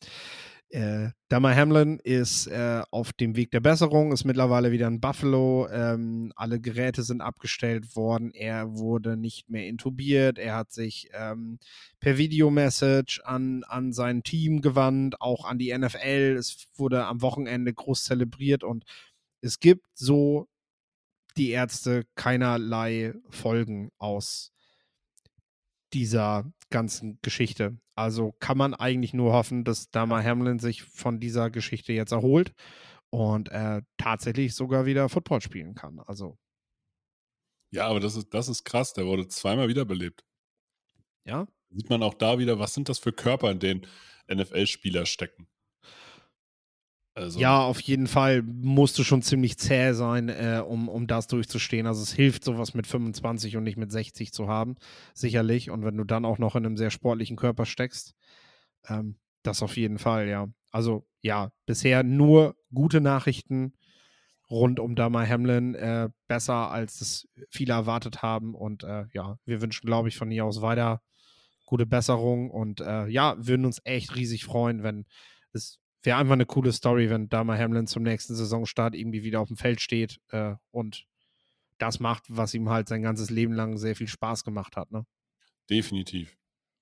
Damar Hamlin ist auf dem Weg der Besserung, ist mittlerweile wieder in Buffalo. Alle Geräte sind abgestellt worden. Er wurde nicht mehr intubiert. Er hat sich per Videomessage an sein Team gewandt, auch an die NFL. Es wurde am Wochenende groß zelebriert und es gibt, so die Ärzte, keinerlei Folgen aus dieser ganzen Geschichte. Also kann man eigentlich nur hoffen, dass Damar Hamlin sich von dieser Geschichte jetzt erholt und tatsächlich sogar wieder Football spielen kann. Also. Ja, aber das ist krass. Der wurde zweimal wiederbelebt. Ja. Sieht man auch da wieder, was sind das für Körper, in denen NFL-Spieler stecken. Also, ja, auf jeden Fall musst du schon ziemlich zäh sein, um das durchzustehen. Also es hilft, sowas mit 25 und nicht mit 60 zu haben, sicherlich. Und wenn du dann auch noch in einem sehr sportlichen Körper steckst, das auf jeden Fall, ja. Also ja, bisher nur gute Nachrichten rund um Damar Hamlin, besser als das viele erwartet haben. Und ja, wir wünschen, glaube ich, von hier aus weiter gute Besserung. Und ja, würden uns echt riesig freuen, wenn es wäre einfach eine coole Story, wenn Damar Hamlin zum nächsten Saisonstart irgendwie wieder auf dem Feld steht und das macht, was ihm halt sein ganzes Leben lang sehr viel Spaß gemacht hat. Ne? definitiv.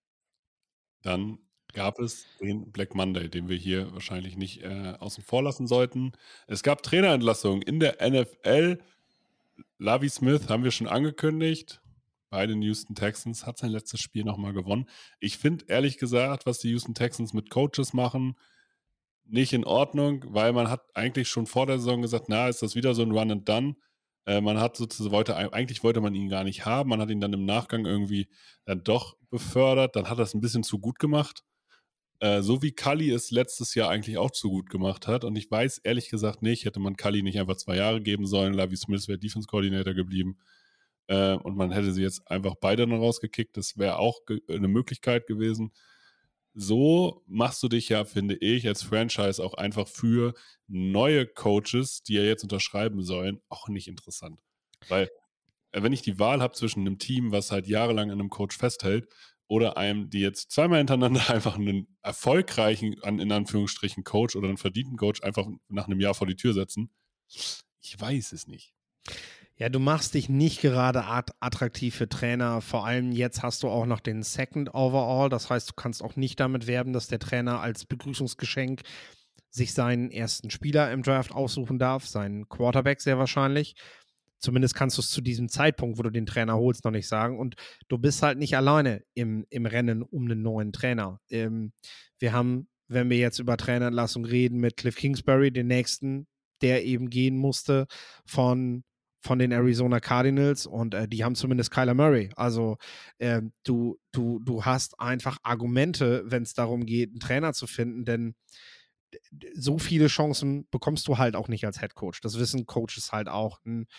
Dann gab es den Black Monday, den wir hier wahrscheinlich nicht außen vor lassen sollten. Es gab Trainerentlassungen in der NFL. Lovie Smith haben wir schon angekündigt. Bei den Houston Texans hat sein letztes Spiel nochmal gewonnen. Ich finde, ehrlich gesagt, was die Houston Texans mit Coaches machen, nicht in Ordnung, weil man hat eigentlich schon vor der Saison gesagt, na, ist das wieder so ein Run and Done. Man hat sozusagen, eigentlich wollte man ihn gar nicht haben, man hat ihn dann im Nachgang irgendwie dann doch befördert, dann hat er es ein bisschen zu gut gemacht. So wie Cully es letztes Jahr eigentlich auch zu gut gemacht hat. Und ich weiß ehrlich gesagt nicht, hätte man Cully nicht einfach 2 Jahre geben sollen, Lovie Smith wäre Defense Coordinator geblieben. Und man hätte sie jetzt einfach beide dann rausgekickt. Das wäre auch eine Möglichkeit gewesen. So machst du dich ja, finde ich, als Franchise auch einfach für neue Coaches, die ja jetzt unterschreiben sollen, auch nicht interessant. Weil wenn ich die Wahl habe zwischen einem Team, was halt jahrelang an einem Coach festhält, oder einem, die jetzt zweimal hintereinander einfach einen erfolgreichen, in Anführungsstrichen, Coach oder einen verdienten Coach einfach nach einem Jahr vor die Tür setzen, ich weiß es nicht. Ja, du machst dich nicht gerade attraktiv für Trainer. Vor allem jetzt hast du auch noch den Second Overall. Das heißt, du kannst auch nicht damit werben, dass der Trainer als Begrüßungsgeschenk sich seinen ersten Spieler im Draft aussuchen darf, seinen Quarterback sehr wahrscheinlich. Zumindest kannst du es zu diesem Zeitpunkt, wo du den Trainer holst, noch nicht sagen. Und du bist halt nicht alleine im Rennen um einen neuen Trainer. Wir haben, wenn wir jetzt über Trainerentlassung reden, mit Cliff Kingsbury, den nächsten, der eben gehen musste von den Arizona Cardinals, und die haben zumindest Kyler Murray. Also du hast einfach Argumente, wenn es darum geht, einen Trainer zu finden, denn so viele Chancen bekommst du halt auch nicht als Head Coach. Das wissen Coaches halt auch.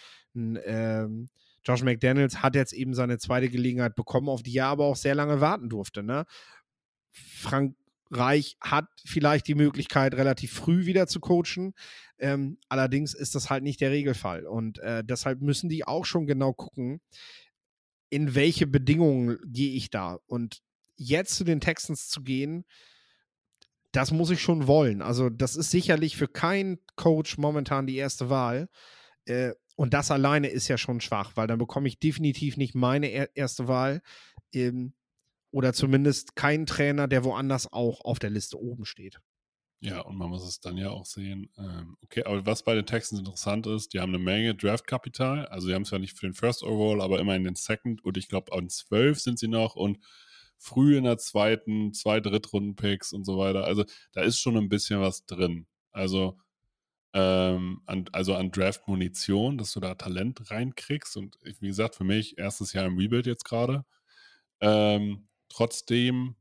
Josh McDaniels hat jetzt eben seine zweite Gelegenheit bekommen, auf die er aber auch sehr lange warten durfte. Ne? Frank Reich hat vielleicht die Möglichkeit, relativ früh wieder zu coachen. Allerdings ist das halt nicht der Regelfall. Und deshalb müssen die auch schon genau gucken, in welche Bedingungen gehe ich da. Und jetzt zu den Texans zu gehen, das muss ich schon wollen. Also das ist sicherlich für keinen Coach momentan die erste Wahl. Und das alleine ist ja schon schwach, weil dann bekomme ich definitiv nicht meine erste Wahl. Oder zumindest keinen Trainer, der woanders auch auf der Liste oben steht. Ja, und man muss es dann ja auch sehen. Okay, aber was bei den Texans interessant ist, die haben eine Menge Draftkapital. Also die haben es ja nicht für den First Overall, aber immerhin den Second. Und ich glaube, an 12 sind sie noch. Und früh in der zweiten, 2 Drittrunden-Picks und so weiter. Also da ist schon ein bisschen was drin. Also an Draft-Munition, dass du da Talent reinkriegst. Und wie gesagt, für mich erstes Jahr im Rebuild jetzt gerade. Trotzdem,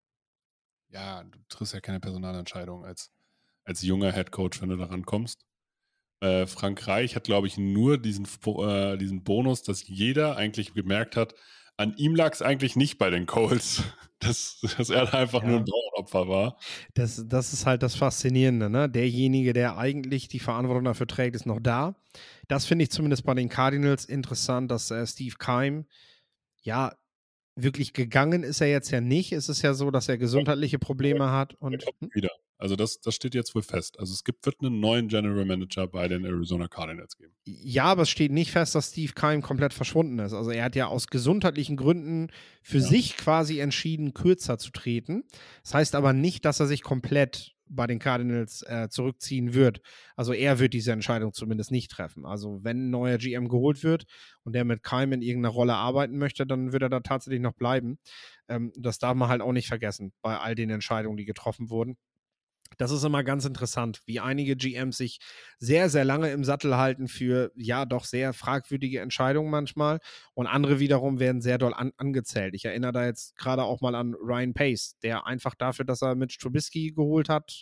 ja, du triffst ja keine Personalentscheidung als junger Headcoach, wenn du da rankommst. Frank Reich hat, glaube ich, nur diesen Bonus, dass jeder eigentlich gemerkt hat, an ihm lag es eigentlich nicht bei den Colts, dass er da einfach nur ein Bauernopfer war. Das ist halt das Faszinierende, ne? Derjenige, der eigentlich die Verantwortung dafür trägt, ist noch da. Das finde ich zumindest bei den Cardinals interessant, dass Steve Keim, ja, wirklich gegangen ist er jetzt ja nicht. Es ist ja so, dass er gesundheitliche Probleme hat. Und er kommt wieder. Also das steht jetzt wohl fest. Also es wird einen neuen General Manager bei den Arizona Cardinals geben. Ja, aber es steht nicht fest, dass Steve Keim komplett verschwunden ist. Also er hat ja aus gesundheitlichen Gründen für sich quasi entschieden, kürzer zu treten. Das heißt aber nicht, dass er sich komplett bei den Cardinals zurückziehen wird. Also er wird diese Entscheidung zumindest nicht treffen. Also wenn ein neuer GM geholt wird und der mit Keim in irgendeiner Rolle arbeiten möchte, dann wird er da tatsächlich noch bleiben. Das darf man halt auch nicht vergessen bei all den Entscheidungen, die getroffen wurden. Das ist immer ganz interessant, wie einige GMs sich sehr, sehr lange im Sattel halten für, ja, doch sehr fragwürdige Entscheidungen manchmal, und andere wiederum werden sehr doll angezählt. Ich erinnere da jetzt gerade auch mal an Ryan Pace, der einfach dafür, dass er Mitch Trubisky geholt hat,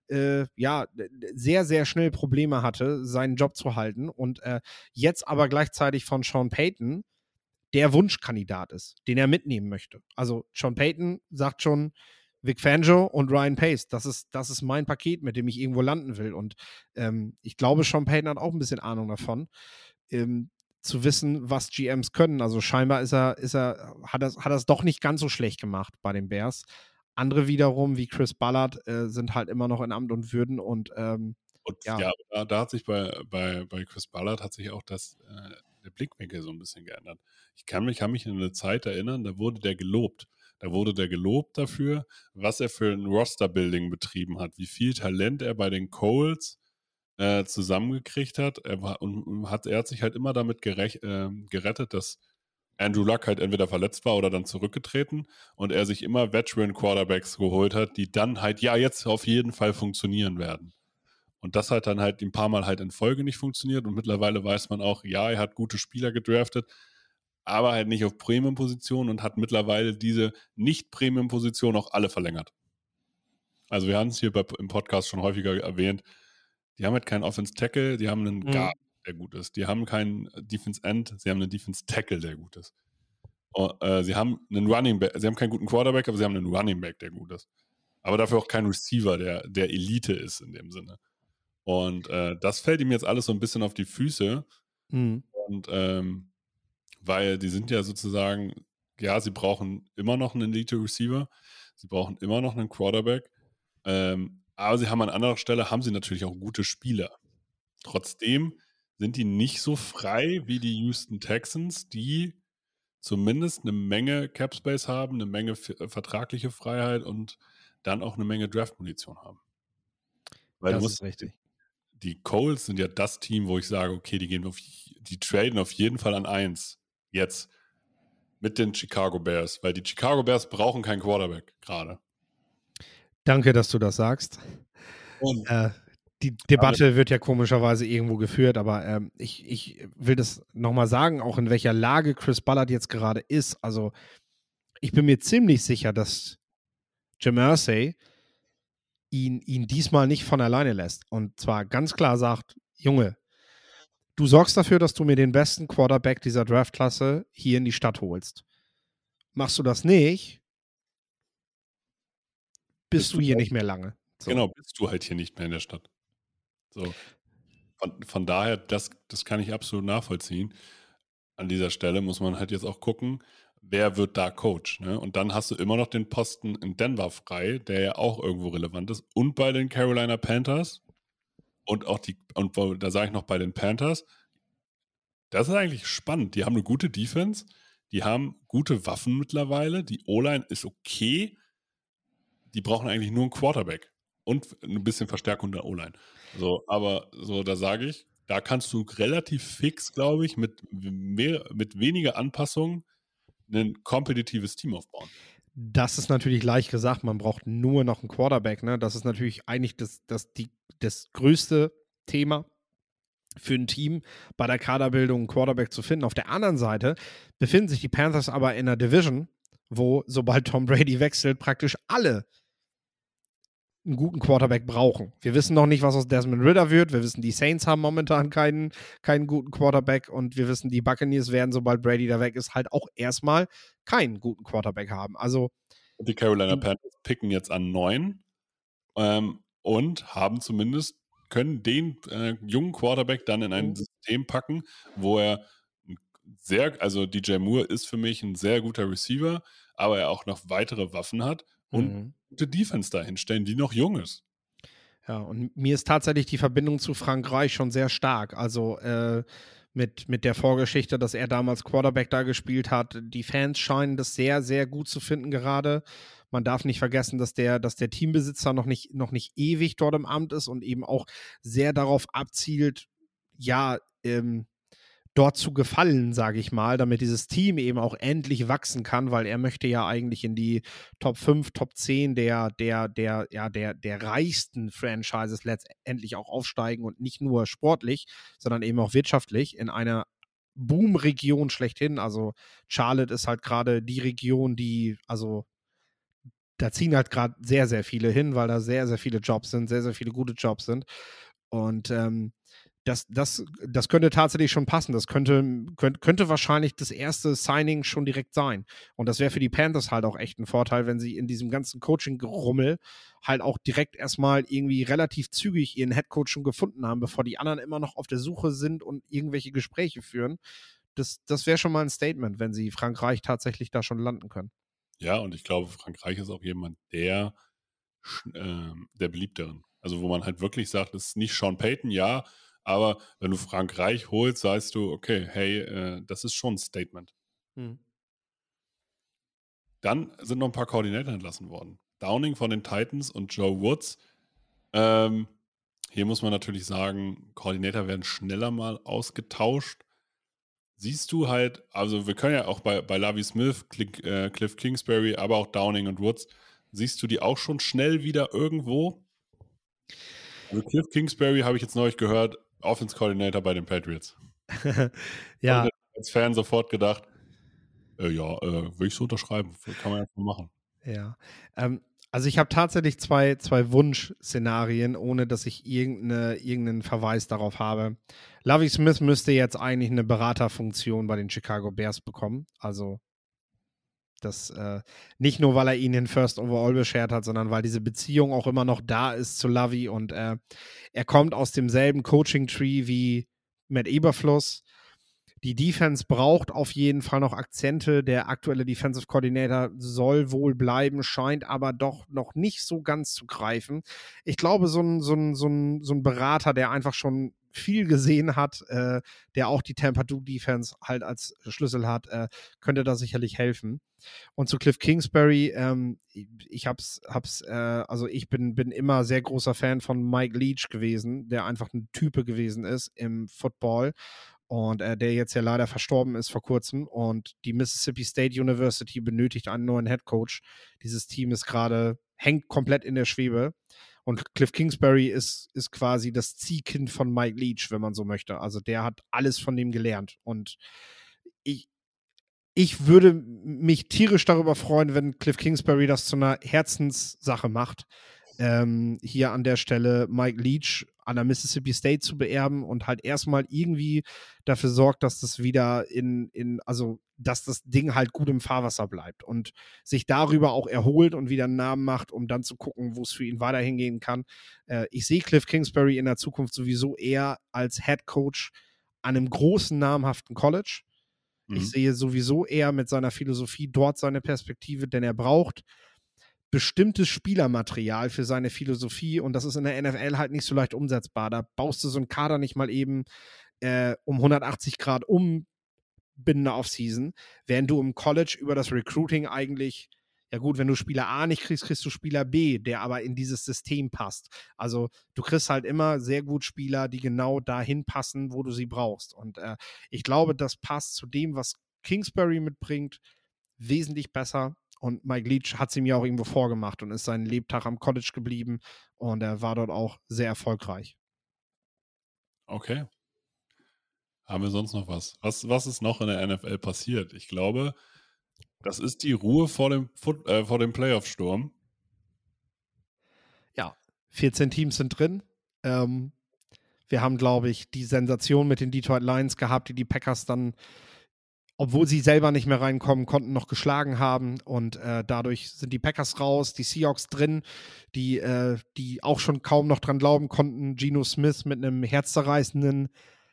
sehr, sehr schnell Probleme hatte, seinen Job zu halten, und jetzt aber gleichzeitig von Sean Payton der Wunschkandidat ist, den er mitnehmen möchte. Also Sean Payton sagt schon, Vic Fangio und Ryan Pace, das ist mein Paket, mit dem ich irgendwo landen will. Und ich glaube, Sean Payton hat auch ein bisschen Ahnung davon, zu wissen, was GMs können. Also scheinbar hat er es doch nicht ganz so schlecht gemacht bei den Bears. Andere wiederum, wie Chris Ballard, sind halt immer noch in Amt und Würden. Und da hat sich bei Chris Ballard hat sich auch der Blickwinkel so ein bisschen geändert. Ich kann mich an eine Zeit erinnern, da wurde der gelobt. Da wurde der gelobt dafür, was er für ein Roster-Building betrieben hat, wie viel Talent er bei den Colts zusammengekriegt hat. Er hat sich halt immer damit gerettet, dass Andrew Luck halt entweder verletzt war oder dann zurückgetreten und er sich immer Veteran-Quarterbacks geholt hat, die dann halt, ja, jetzt auf jeden Fall funktionieren werden. Und das hat dann halt ein paar Mal halt in Folge nicht funktioniert, und mittlerweile weiß man auch, ja, er hat gute Spieler gedraftet, aber halt nicht auf Premium-Positionen, und hat mittlerweile diese Nicht-Premium-Positionen auch alle verlängert. Also wir haben es hier im Podcast schon häufiger erwähnt, die haben halt keinen Offense-Tackle, die haben einen Guard, der gut ist. Die haben keinen Defense-End, sie haben einen Defense-Tackle, der gut ist. Sie haben einen Running Back, sie haben keinen guten Quarterback, aber sie haben einen Running Back, der gut ist. Aber dafür auch keinen Receiver, der Elite ist in dem Sinne. Und das fällt ihm jetzt alles so ein bisschen auf die Füße. Und weil die sind ja sozusagen, ja, sie brauchen immer noch einen Elite-Receiver, sie brauchen immer noch einen Quarterback, aber sie haben an anderer Stelle, haben sie natürlich auch gute Spieler. Trotzdem sind die nicht so frei wie die Houston Texans, die zumindest eine Menge Cap-Space haben, eine Menge vertragliche Freiheit und dann auch eine Menge Draft-Munition haben. Weil Das ist richtig. Die Colts sind ja das Team, wo ich sage, okay, die traden auf jeden Fall an 1 jetzt mit den Chicago Bears, weil die Chicago Bears brauchen keinen Quarterback gerade. Danke, dass du das sagst. Und die Debatte wird ja komischerweise irgendwo geführt, aber ich will das nochmal sagen, auch in welcher Lage Chris Ballard jetzt gerade ist. Also ich bin mir ziemlich sicher, dass Jim Irsay ihn diesmal nicht von alleine lässt. Und zwar ganz klar sagt, Junge, du sorgst dafür, dass du mir den besten Quarterback dieser Draftklasse hier in die Stadt holst. Machst du das nicht, bist du hier nicht mehr lange. So. Genau, bist du halt hier nicht mehr in der Stadt. So. Von daher, das kann ich absolut nachvollziehen. An dieser Stelle muss man halt jetzt auch gucken, wer wird da Coach. Ne? Und dann hast du immer noch den Posten in Denver frei, der ja auch irgendwo relevant ist. Und bei den Carolina Panthers und auch da sage ich noch bei den Panthers, das ist eigentlich spannend. Die haben eine gute Defense, die haben gute Waffen mittlerweile, die O-Line ist okay, die brauchen eigentlich nur einen Quarterback und ein bisschen Verstärkung der O-Line. So, aber so, da sage ich, da kannst du relativ fix, glaube ich, mit weniger Anpassungen ein kompetitives Team aufbauen. Das ist natürlich leicht gesagt, man braucht nur noch einen Quarterback. Ne? Das ist natürlich eigentlich das größte Thema für ein Team bei der Kaderbildung, einen Quarterback zu finden. Auf der anderen Seite befinden sich die Panthers aber in einer Division, wo, sobald Tom Brady wechselt, praktisch alle einen guten Quarterback brauchen. Wir wissen noch nicht, was aus Desmond Ridder wird. Wir wissen, die Saints haben momentan keinen guten Quarterback und wir wissen, die Buccaneers werden, sobald Brady da weg ist, halt auch erstmal keinen guten Quarterback haben. Also die Carolina Panthers picken jetzt an 9 und können den jungen Quarterback dann in ein System packen, wo er also DJ Moore ist für mich ein sehr guter Receiver, aber er auch noch weitere Waffen hat und gute Defense dahin stellen, die noch jung ist. Ja, und mir ist tatsächlich die Verbindung zu Frank Reich schon sehr stark. Also mit der Vorgeschichte, dass er damals Quarterback da gespielt hat. Die Fans scheinen das sehr, sehr gut zu finden gerade. Man darf nicht vergessen, dass der Teambesitzer noch nicht ewig dort im Amt ist und eben auch sehr darauf abzielt, ja, dort zu gefallen, sage ich mal, damit dieses Team eben auch endlich wachsen kann, weil er möchte ja eigentlich in die Top 5, Top 10 der reichsten Franchises letztendlich auch aufsteigen und nicht nur sportlich, sondern eben auch wirtschaftlich in einer Boom-Region schlechthin. Also Charlotte ist halt gerade die Region, da ziehen halt gerade sehr, sehr viele hin, weil da sehr, sehr viele Jobs sind, sehr, sehr viele gute Jobs sind. Und das könnte tatsächlich schon passen. Das könnte wahrscheinlich das erste Signing schon direkt sein. Und das wäre für die Panthers halt auch echt ein Vorteil, wenn sie in diesem ganzen Coaching-Gerummel halt auch direkt erstmal irgendwie relativ zügig ihren Headcoach schon gefunden haben, bevor die anderen immer noch auf der Suche sind und irgendwelche Gespräche führen. Das wäre schon mal ein Statement, wenn sie Frank Reich tatsächlich da schon landen können. Ja, und ich glaube, Frank Reich ist auch jemand, der beliebteren. Also wo man halt wirklich sagt, das ist nicht Sean Payton, ja, aber wenn du Frank Reich holst, sagst du, okay, hey, das ist schon ein Statement. Dann sind noch ein paar Koordinator entlassen worden. Downing von den Titans und Joe Woods. Hier muss man natürlich sagen, Koordinator werden schneller mal ausgetauscht. Siehst du halt, also wir können ja auch bei Lovie Smith, Cliff Kingsbury, aber auch Downing und Woods, siehst du die auch schon schnell wieder irgendwo? Also Cliff Kingsbury habe ich jetzt neulich gehört, Offense Coordinator bei den Patriots. Ja. Als Fan sofort gedacht, will ich so unterschreiben, kann man einfach machen. Ja, also ich habe tatsächlich zwei Wunschszenarien, ohne dass ich irgendeinen Verweis darauf habe. Lovie Smith müsste jetzt eigentlich eine Beraterfunktion bei den Chicago Bears bekommen. Also das nicht nur, weil er ihnen den First Overall beschert hat, sondern weil diese Beziehung auch immer noch da ist zu Lovie und er kommt aus demselben Coaching-Tree wie Matt Eberfluss. Die Defense braucht auf jeden Fall noch Akzente. Der aktuelle Defensive Coordinator soll wohl bleiben, scheint aber doch noch nicht so ganz zu greifen. Ich glaube, so ein Berater, der einfach schon viel gesehen hat, der auch die Tampa 2 Defense halt als Schlüssel hat, könnte da sicherlich helfen. Und zu Cliff Kingsbury, also ich bin immer sehr großer Fan von Mike Leach gewesen, der einfach ein Type gewesen ist im Football und der jetzt ja leider verstorben ist vor kurzem. Und die Mississippi State University benötigt einen neuen Head Coach. Dieses Team hängt komplett in der Schwebe. Und Cliff Kingsbury ist quasi das Ziehkind von Mike Leach, wenn man so möchte. Also der hat alles von dem gelernt. Und ich würde mich tierisch darüber freuen, wenn Cliff Kingsbury das zu einer Herzenssache macht, hier an der Stelle Mike Leach an der Mississippi State zu beerben und halt erstmal irgendwie dafür sorgt, dass das wieder dass das Ding halt gut im Fahrwasser bleibt und sich darüber auch erholt und wieder einen Namen macht, um dann zu gucken, wo es für ihn weiter hingehen kann. Ich sehe Cliff Kingsbury in der Zukunft sowieso eher als Head Coach an einem großen, namhaften College. Ich sehe sowieso eher mit seiner Philosophie dort seine Perspektive, denn er braucht bestimmtes Spielermaterial für seine Philosophie und das ist in der NFL halt nicht so leicht umsetzbar. Da baust du so einen Kader nicht mal eben um 180 Grad um binnen der Offseason, während du im College über das Recruiting eigentlich, ja gut, wenn du Spieler A nicht kriegst, kriegst du Spieler B, der aber in dieses System passt. Also du kriegst halt immer sehr gut Spieler, die genau dahin passen, wo du sie brauchst. Und ich glaube, das passt zu dem, was Kingsbury mitbringt, wesentlich besser. Und Mike Leach hat es ihm ja auch irgendwo vorgemacht und ist seinen Lebtag am College geblieben und er war dort auch sehr erfolgreich. Okay. Haben wir sonst noch was? Was ist noch in der NFL passiert? Ich glaube, das ist die Ruhe vor dem Playoff-Sturm. Ja, 14 Teams sind drin. Wir haben, glaube ich, die Sensation mit den Detroit Lions gehabt, die Packers dann, obwohl sie selber nicht mehr reinkommen konnten, noch geschlagen haben. Und dadurch sind die Packers raus, die Seahawks drin, die auch schon kaum noch dran glauben konnten. Geno Smith mit einem herzzerreißenden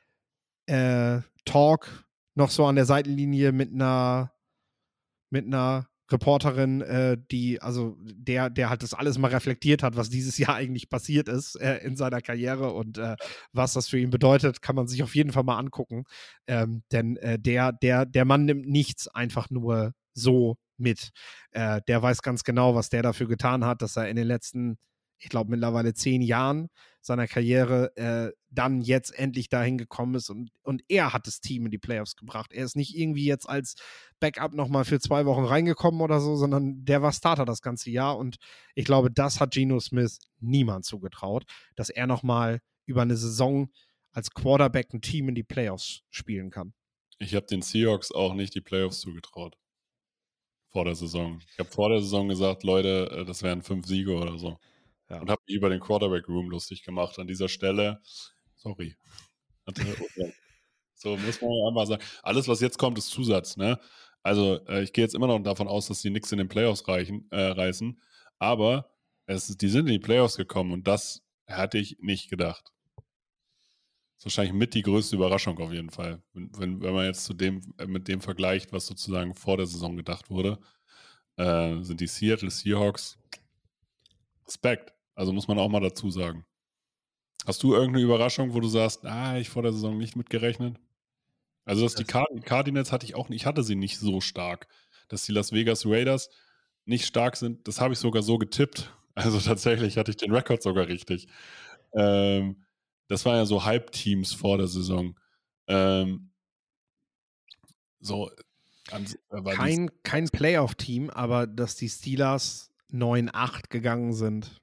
Talk noch so an der Seitenlinie mit einer Reporterin, der halt das alles mal reflektiert hat, was dieses Jahr eigentlich passiert ist in seiner Karriere und was das für ihn bedeutet, kann man sich auf jeden Fall mal angucken. Denn der Mann nimmt nichts einfach nur so mit. Der weiß ganz genau, was der dafür getan hat, dass er in den letzten, ich glaube, mittlerweile 10 Jahren seiner Karriere dann jetzt endlich dahin gekommen ist und er hat das Team in die Playoffs gebracht. Er ist nicht irgendwie jetzt als Backup nochmal für 2 Wochen reingekommen oder so, sondern der war Starter das ganze Jahr und ich glaube, das hat Geno Smith niemand zugetraut, dass er nochmal über eine Saison als Quarterback ein Team in die Playoffs spielen kann. Ich habe den Seahawks auch nicht die Playoffs zugetraut. Vor der Saison. Ich habe vor der Saison gesagt, Leute, das wären 5 Siege oder so. Ja. Und habe mich über den Quarterback-Room lustig gemacht. An dieser Stelle, sorry. So muss man einfach sagen. Alles, was jetzt kommt, ist Zusatz. Ne? Also ich gehe jetzt immer noch davon aus, dass die nichts in den Playoffs reißen. Aber die sind in die Playoffs gekommen und das hatte ich nicht gedacht. Das ist wahrscheinlich mit die größte Überraschung auf jeden Fall. Wenn man jetzt mit dem vergleicht, was sozusagen vor der Saison gedacht wurde, sind die Seattle Seahawks Respekt. Also muss man auch mal dazu sagen. Hast du irgendeine Überraschung, wo du sagst, ich vor der Saison nicht mitgerechnet? Also, dass die Cardinals hatte ich auch nicht, ich hatte sie nicht so stark. Dass die Las Vegas Raiders nicht stark sind, das habe ich sogar so getippt. Also tatsächlich hatte ich den Rekord sogar richtig. Das waren ja so Halbteams vor der Saison. Kein Playoff-Team, aber dass die Steelers 9-8 gegangen sind.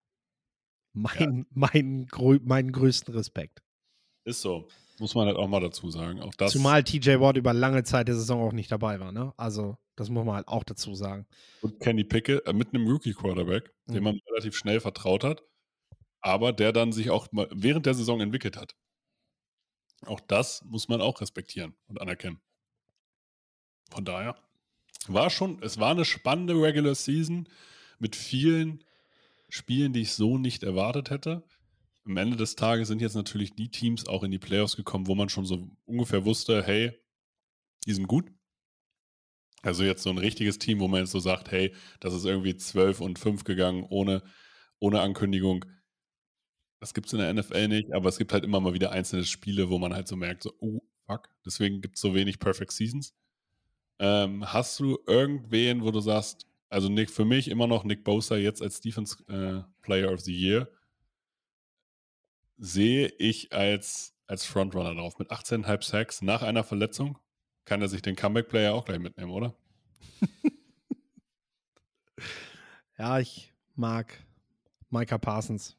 Meinen größten Respekt. Ist so. Muss man halt auch mal dazu sagen. Auch das, zumal TJ Watt über lange Zeit der Saison auch nicht dabei war, ne? Also, das muss man halt auch dazu sagen. Und Kenny Pickett mit einem Rookie-Quarterback, dem man relativ schnell vertraut hat, aber der dann sich auch mal während der Saison entwickelt hat. Auch das muss man auch respektieren und anerkennen. Von daher es war eine spannende Regular Season mit vielen Spielen, die ich so nicht erwartet hätte. am Ende des Tages sind jetzt natürlich die Teams auch in die Playoffs gekommen, wo man schon so ungefähr wusste, hey, die sind gut. Also jetzt so ein richtiges Team, wo man jetzt so sagt, hey, das ist irgendwie 12-5 gegangen, ohne Ankündigung. Das gibt es in der NFL nicht, aber es gibt halt immer mal wieder einzelne Spiele, wo man halt so merkt, so, oh, fuck, deswegen gibt es so wenig Perfect Seasons. Hast du irgendwen, wo du sagst, also Nick, für mich immer noch Nick Bosa jetzt als Defense Player of the Year, sehe ich als Frontrunner drauf. Mit 18,5 Sacks nach einer Verletzung kann er sich den Comeback-Player auch gleich mitnehmen, oder? Ja, ich mag Micah Parsons.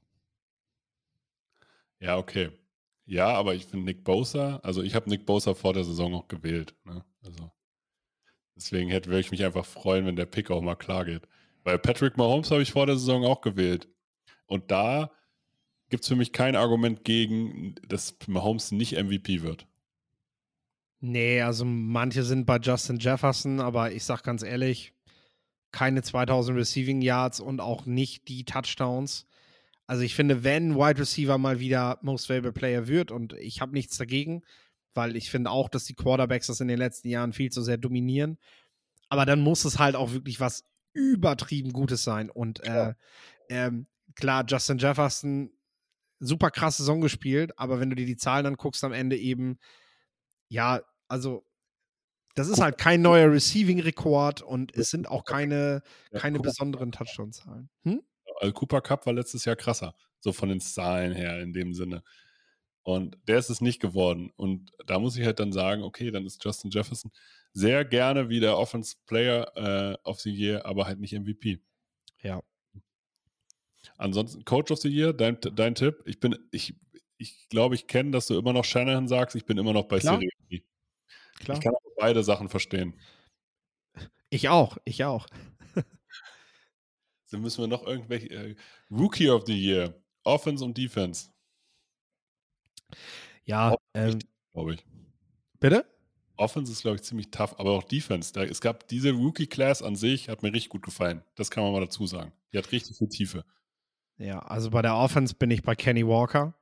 Ja, okay. Ja, aber ich finde Nick Bosa, also ich habe Nick Bosa vor der Saison auch gewählt. Ne? Also deswegen würde ich mich einfach freuen, wenn der Pick auch mal klar geht. Weil Patrick Mahomes habe ich vor der Saison auch gewählt. Und da gibt es für mich kein Argument gegen, dass Mahomes nicht MVP wird. Nee, also manche sind bei Justin Jefferson, aber ich sag ganz ehrlich, keine 2000 Receiving Yards und auch nicht die Touchdowns. Also ich finde, wenn Wide Receiver mal wieder Most Valuable Player wird, und ich habe nichts dagegen, weil ich finde auch, dass die Quarterbacks das in den letzten Jahren viel zu sehr dominieren, aber dann muss es halt auch wirklich was übertrieben Gutes sein. Und klar, Justin Jefferson, super krasse Saison gespielt, aber wenn du dir die Zahlen anguckst am Ende eben, ja, also das ist halt kein neuer Receiving-Rekord und es sind auch keine besonderen Touchdown-Zahlen. Also Cooper Kupp war letztes Jahr krasser, so von den Zahlen her in dem Sinne. Und der ist es nicht geworden. Und da muss ich halt dann sagen, okay, dann ist Justin Jefferson sehr gerne wie der Offense Player of the Year, aber halt nicht MVP. Ja. Ansonsten Coach of the Year, dein Tipp. Ich glaube, ich kenne, dass du immer noch Shanahan sagst. Ich bin immer noch bei Sirianni. Klar. Ich kann aber beide Sachen verstehen. Ich auch. Dann müssen wir noch irgendwelche Rookie of the Year, Offense und Defense. Ja, glaube ich. Bitte? Offense ist, glaube ich, ziemlich tough, aber auch Defense. Es gab diese Rookie-Class an sich, hat mir richtig gut gefallen. Das kann man mal dazu sagen. Die hat richtig viel Tiefe. Ja, also bei der Offense bin ich bei Kenny Walker.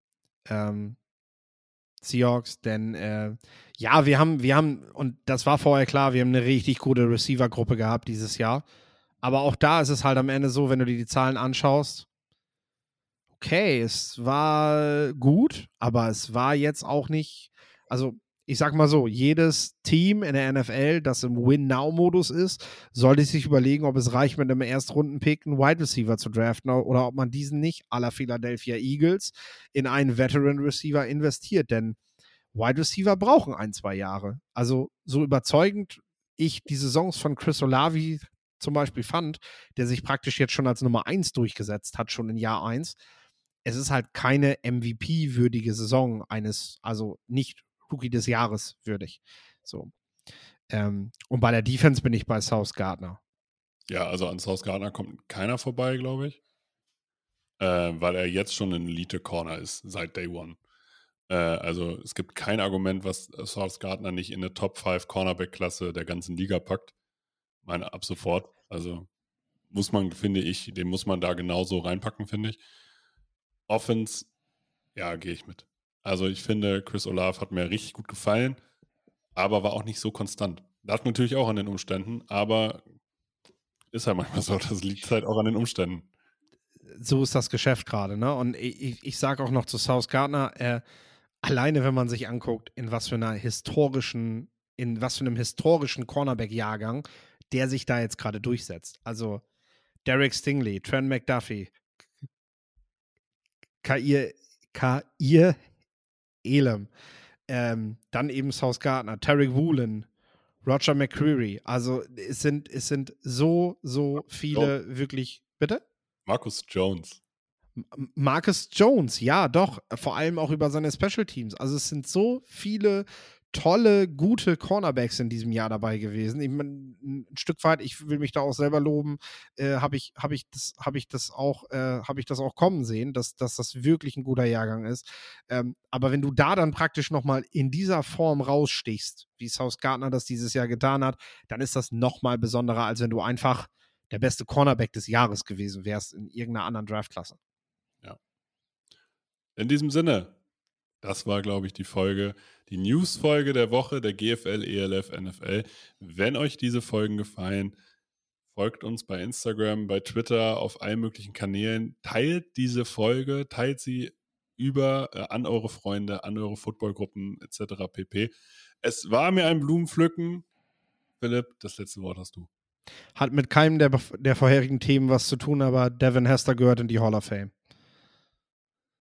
Seahawks, denn ja, wir haben, und das war vorher klar, wir haben eine richtig gute Receiver-Gruppe gehabt dieses Jahr. Aber auch da ist es halt am Ende so, wenn du dir die Zahlen anschaust, okay, es war gut, aber es war jetzt auch nicht, also ich sag mal so, jedes Team in der NFL, das im Win-Now-Modus ist, sollte sich überlegen, ob es reicht, mit einem Erstrunden-Pick einen Wide Receiver zu draften oder ob man diesen nicht à la Philadelphia Eagles in einen Veteran-Receiver investiert, denn Wide Receiver brauchen 1-2 Jahre. Also so überzeugend ich die Saisons von Chris Olave zum Beispiel fand, der sich praktisch jetzt schon als Nummer 1 durchgesetzt hat, schon in Jahr 1. Es ist halt keine MVP-würdige Saison also nicht Rookie des Jahres würdig. So. Und bei der Defense bin ich bei Sauce Gardner. Ja, also an Sauce Gardner kommt keiner vorbei, glaube ich. Weil er jetzt schon ein Elite-Corner ist, seit Day One. Also es gibt kein Argument, was Sauce Gardner nicht in eine Top 5 Cornerback-Klasse der ganzen Liga packt. Meine ab sofort. Also muss man, finde ich, den muss man da genauso reinpacken, finde ich. Offense, ja, gehe ich mit. Also ich finde, Chris Olave hat mir richtig gut gefallen, aber war auch nicht so konstant. Das natürlich auch an den Umständen, aber ist halt manchmal so, das liegt halt auch an den Umständen. So ist das Geschäft gerade, ne? Und ich sage auch noch zu Sauce Gardner, alleine wenn man sich anguckt, in was für einem historischen Cornerback-Jahrgang der sich da jetzt gerade durchsetzt. Also Derek Stingley, Trent McDuffie, Kair Elam, dann eben Sauce Gardner, Tarek Woolen, Roger McCreary. Also es sind so viele wirklich. Bitte? Marcus Jones. Marcus Jones, ja, doch. Vor allem auch über seine Special Teams. Also es sind so viele tolle, gute Cornerbacks in diesem Jahr dabei gewesen. Ich mein, ein Stück weit, ich will mich da auch selber loben, habe ich das auch kommen sehen, dass das wirklich ein guter Jahrgang ist. Aber wenn du da dann praktisch nochmal in dieser Form rausstichst, wie Sauce Gardner das dieses Jahr getan hat, dann ist das nochmal besonderer, als wenn du einfach der beste Cornerback des Jahres gewesen wärst in irgendeiner anderen Draftklasse. Ja. In diesem Sinne, das war, glaube ich, die News-Folge der Woche der GFL, ELF, NFL. Wenn euch diese Folgen gefallen, folgt uns bei Instagram, bei Twitter, auf allen möglichen Kanälen. Teilt diese Folge, teilt sie an eure Freunde, an eure Footballgruppen etc. pp. Es war mir ein Blumenpflücken. Philipp, das letzte Wort hast du. Hat mit keinem der vorherigen Themen was zu tun, aber Devin Hester gehört in die Hall of Fame.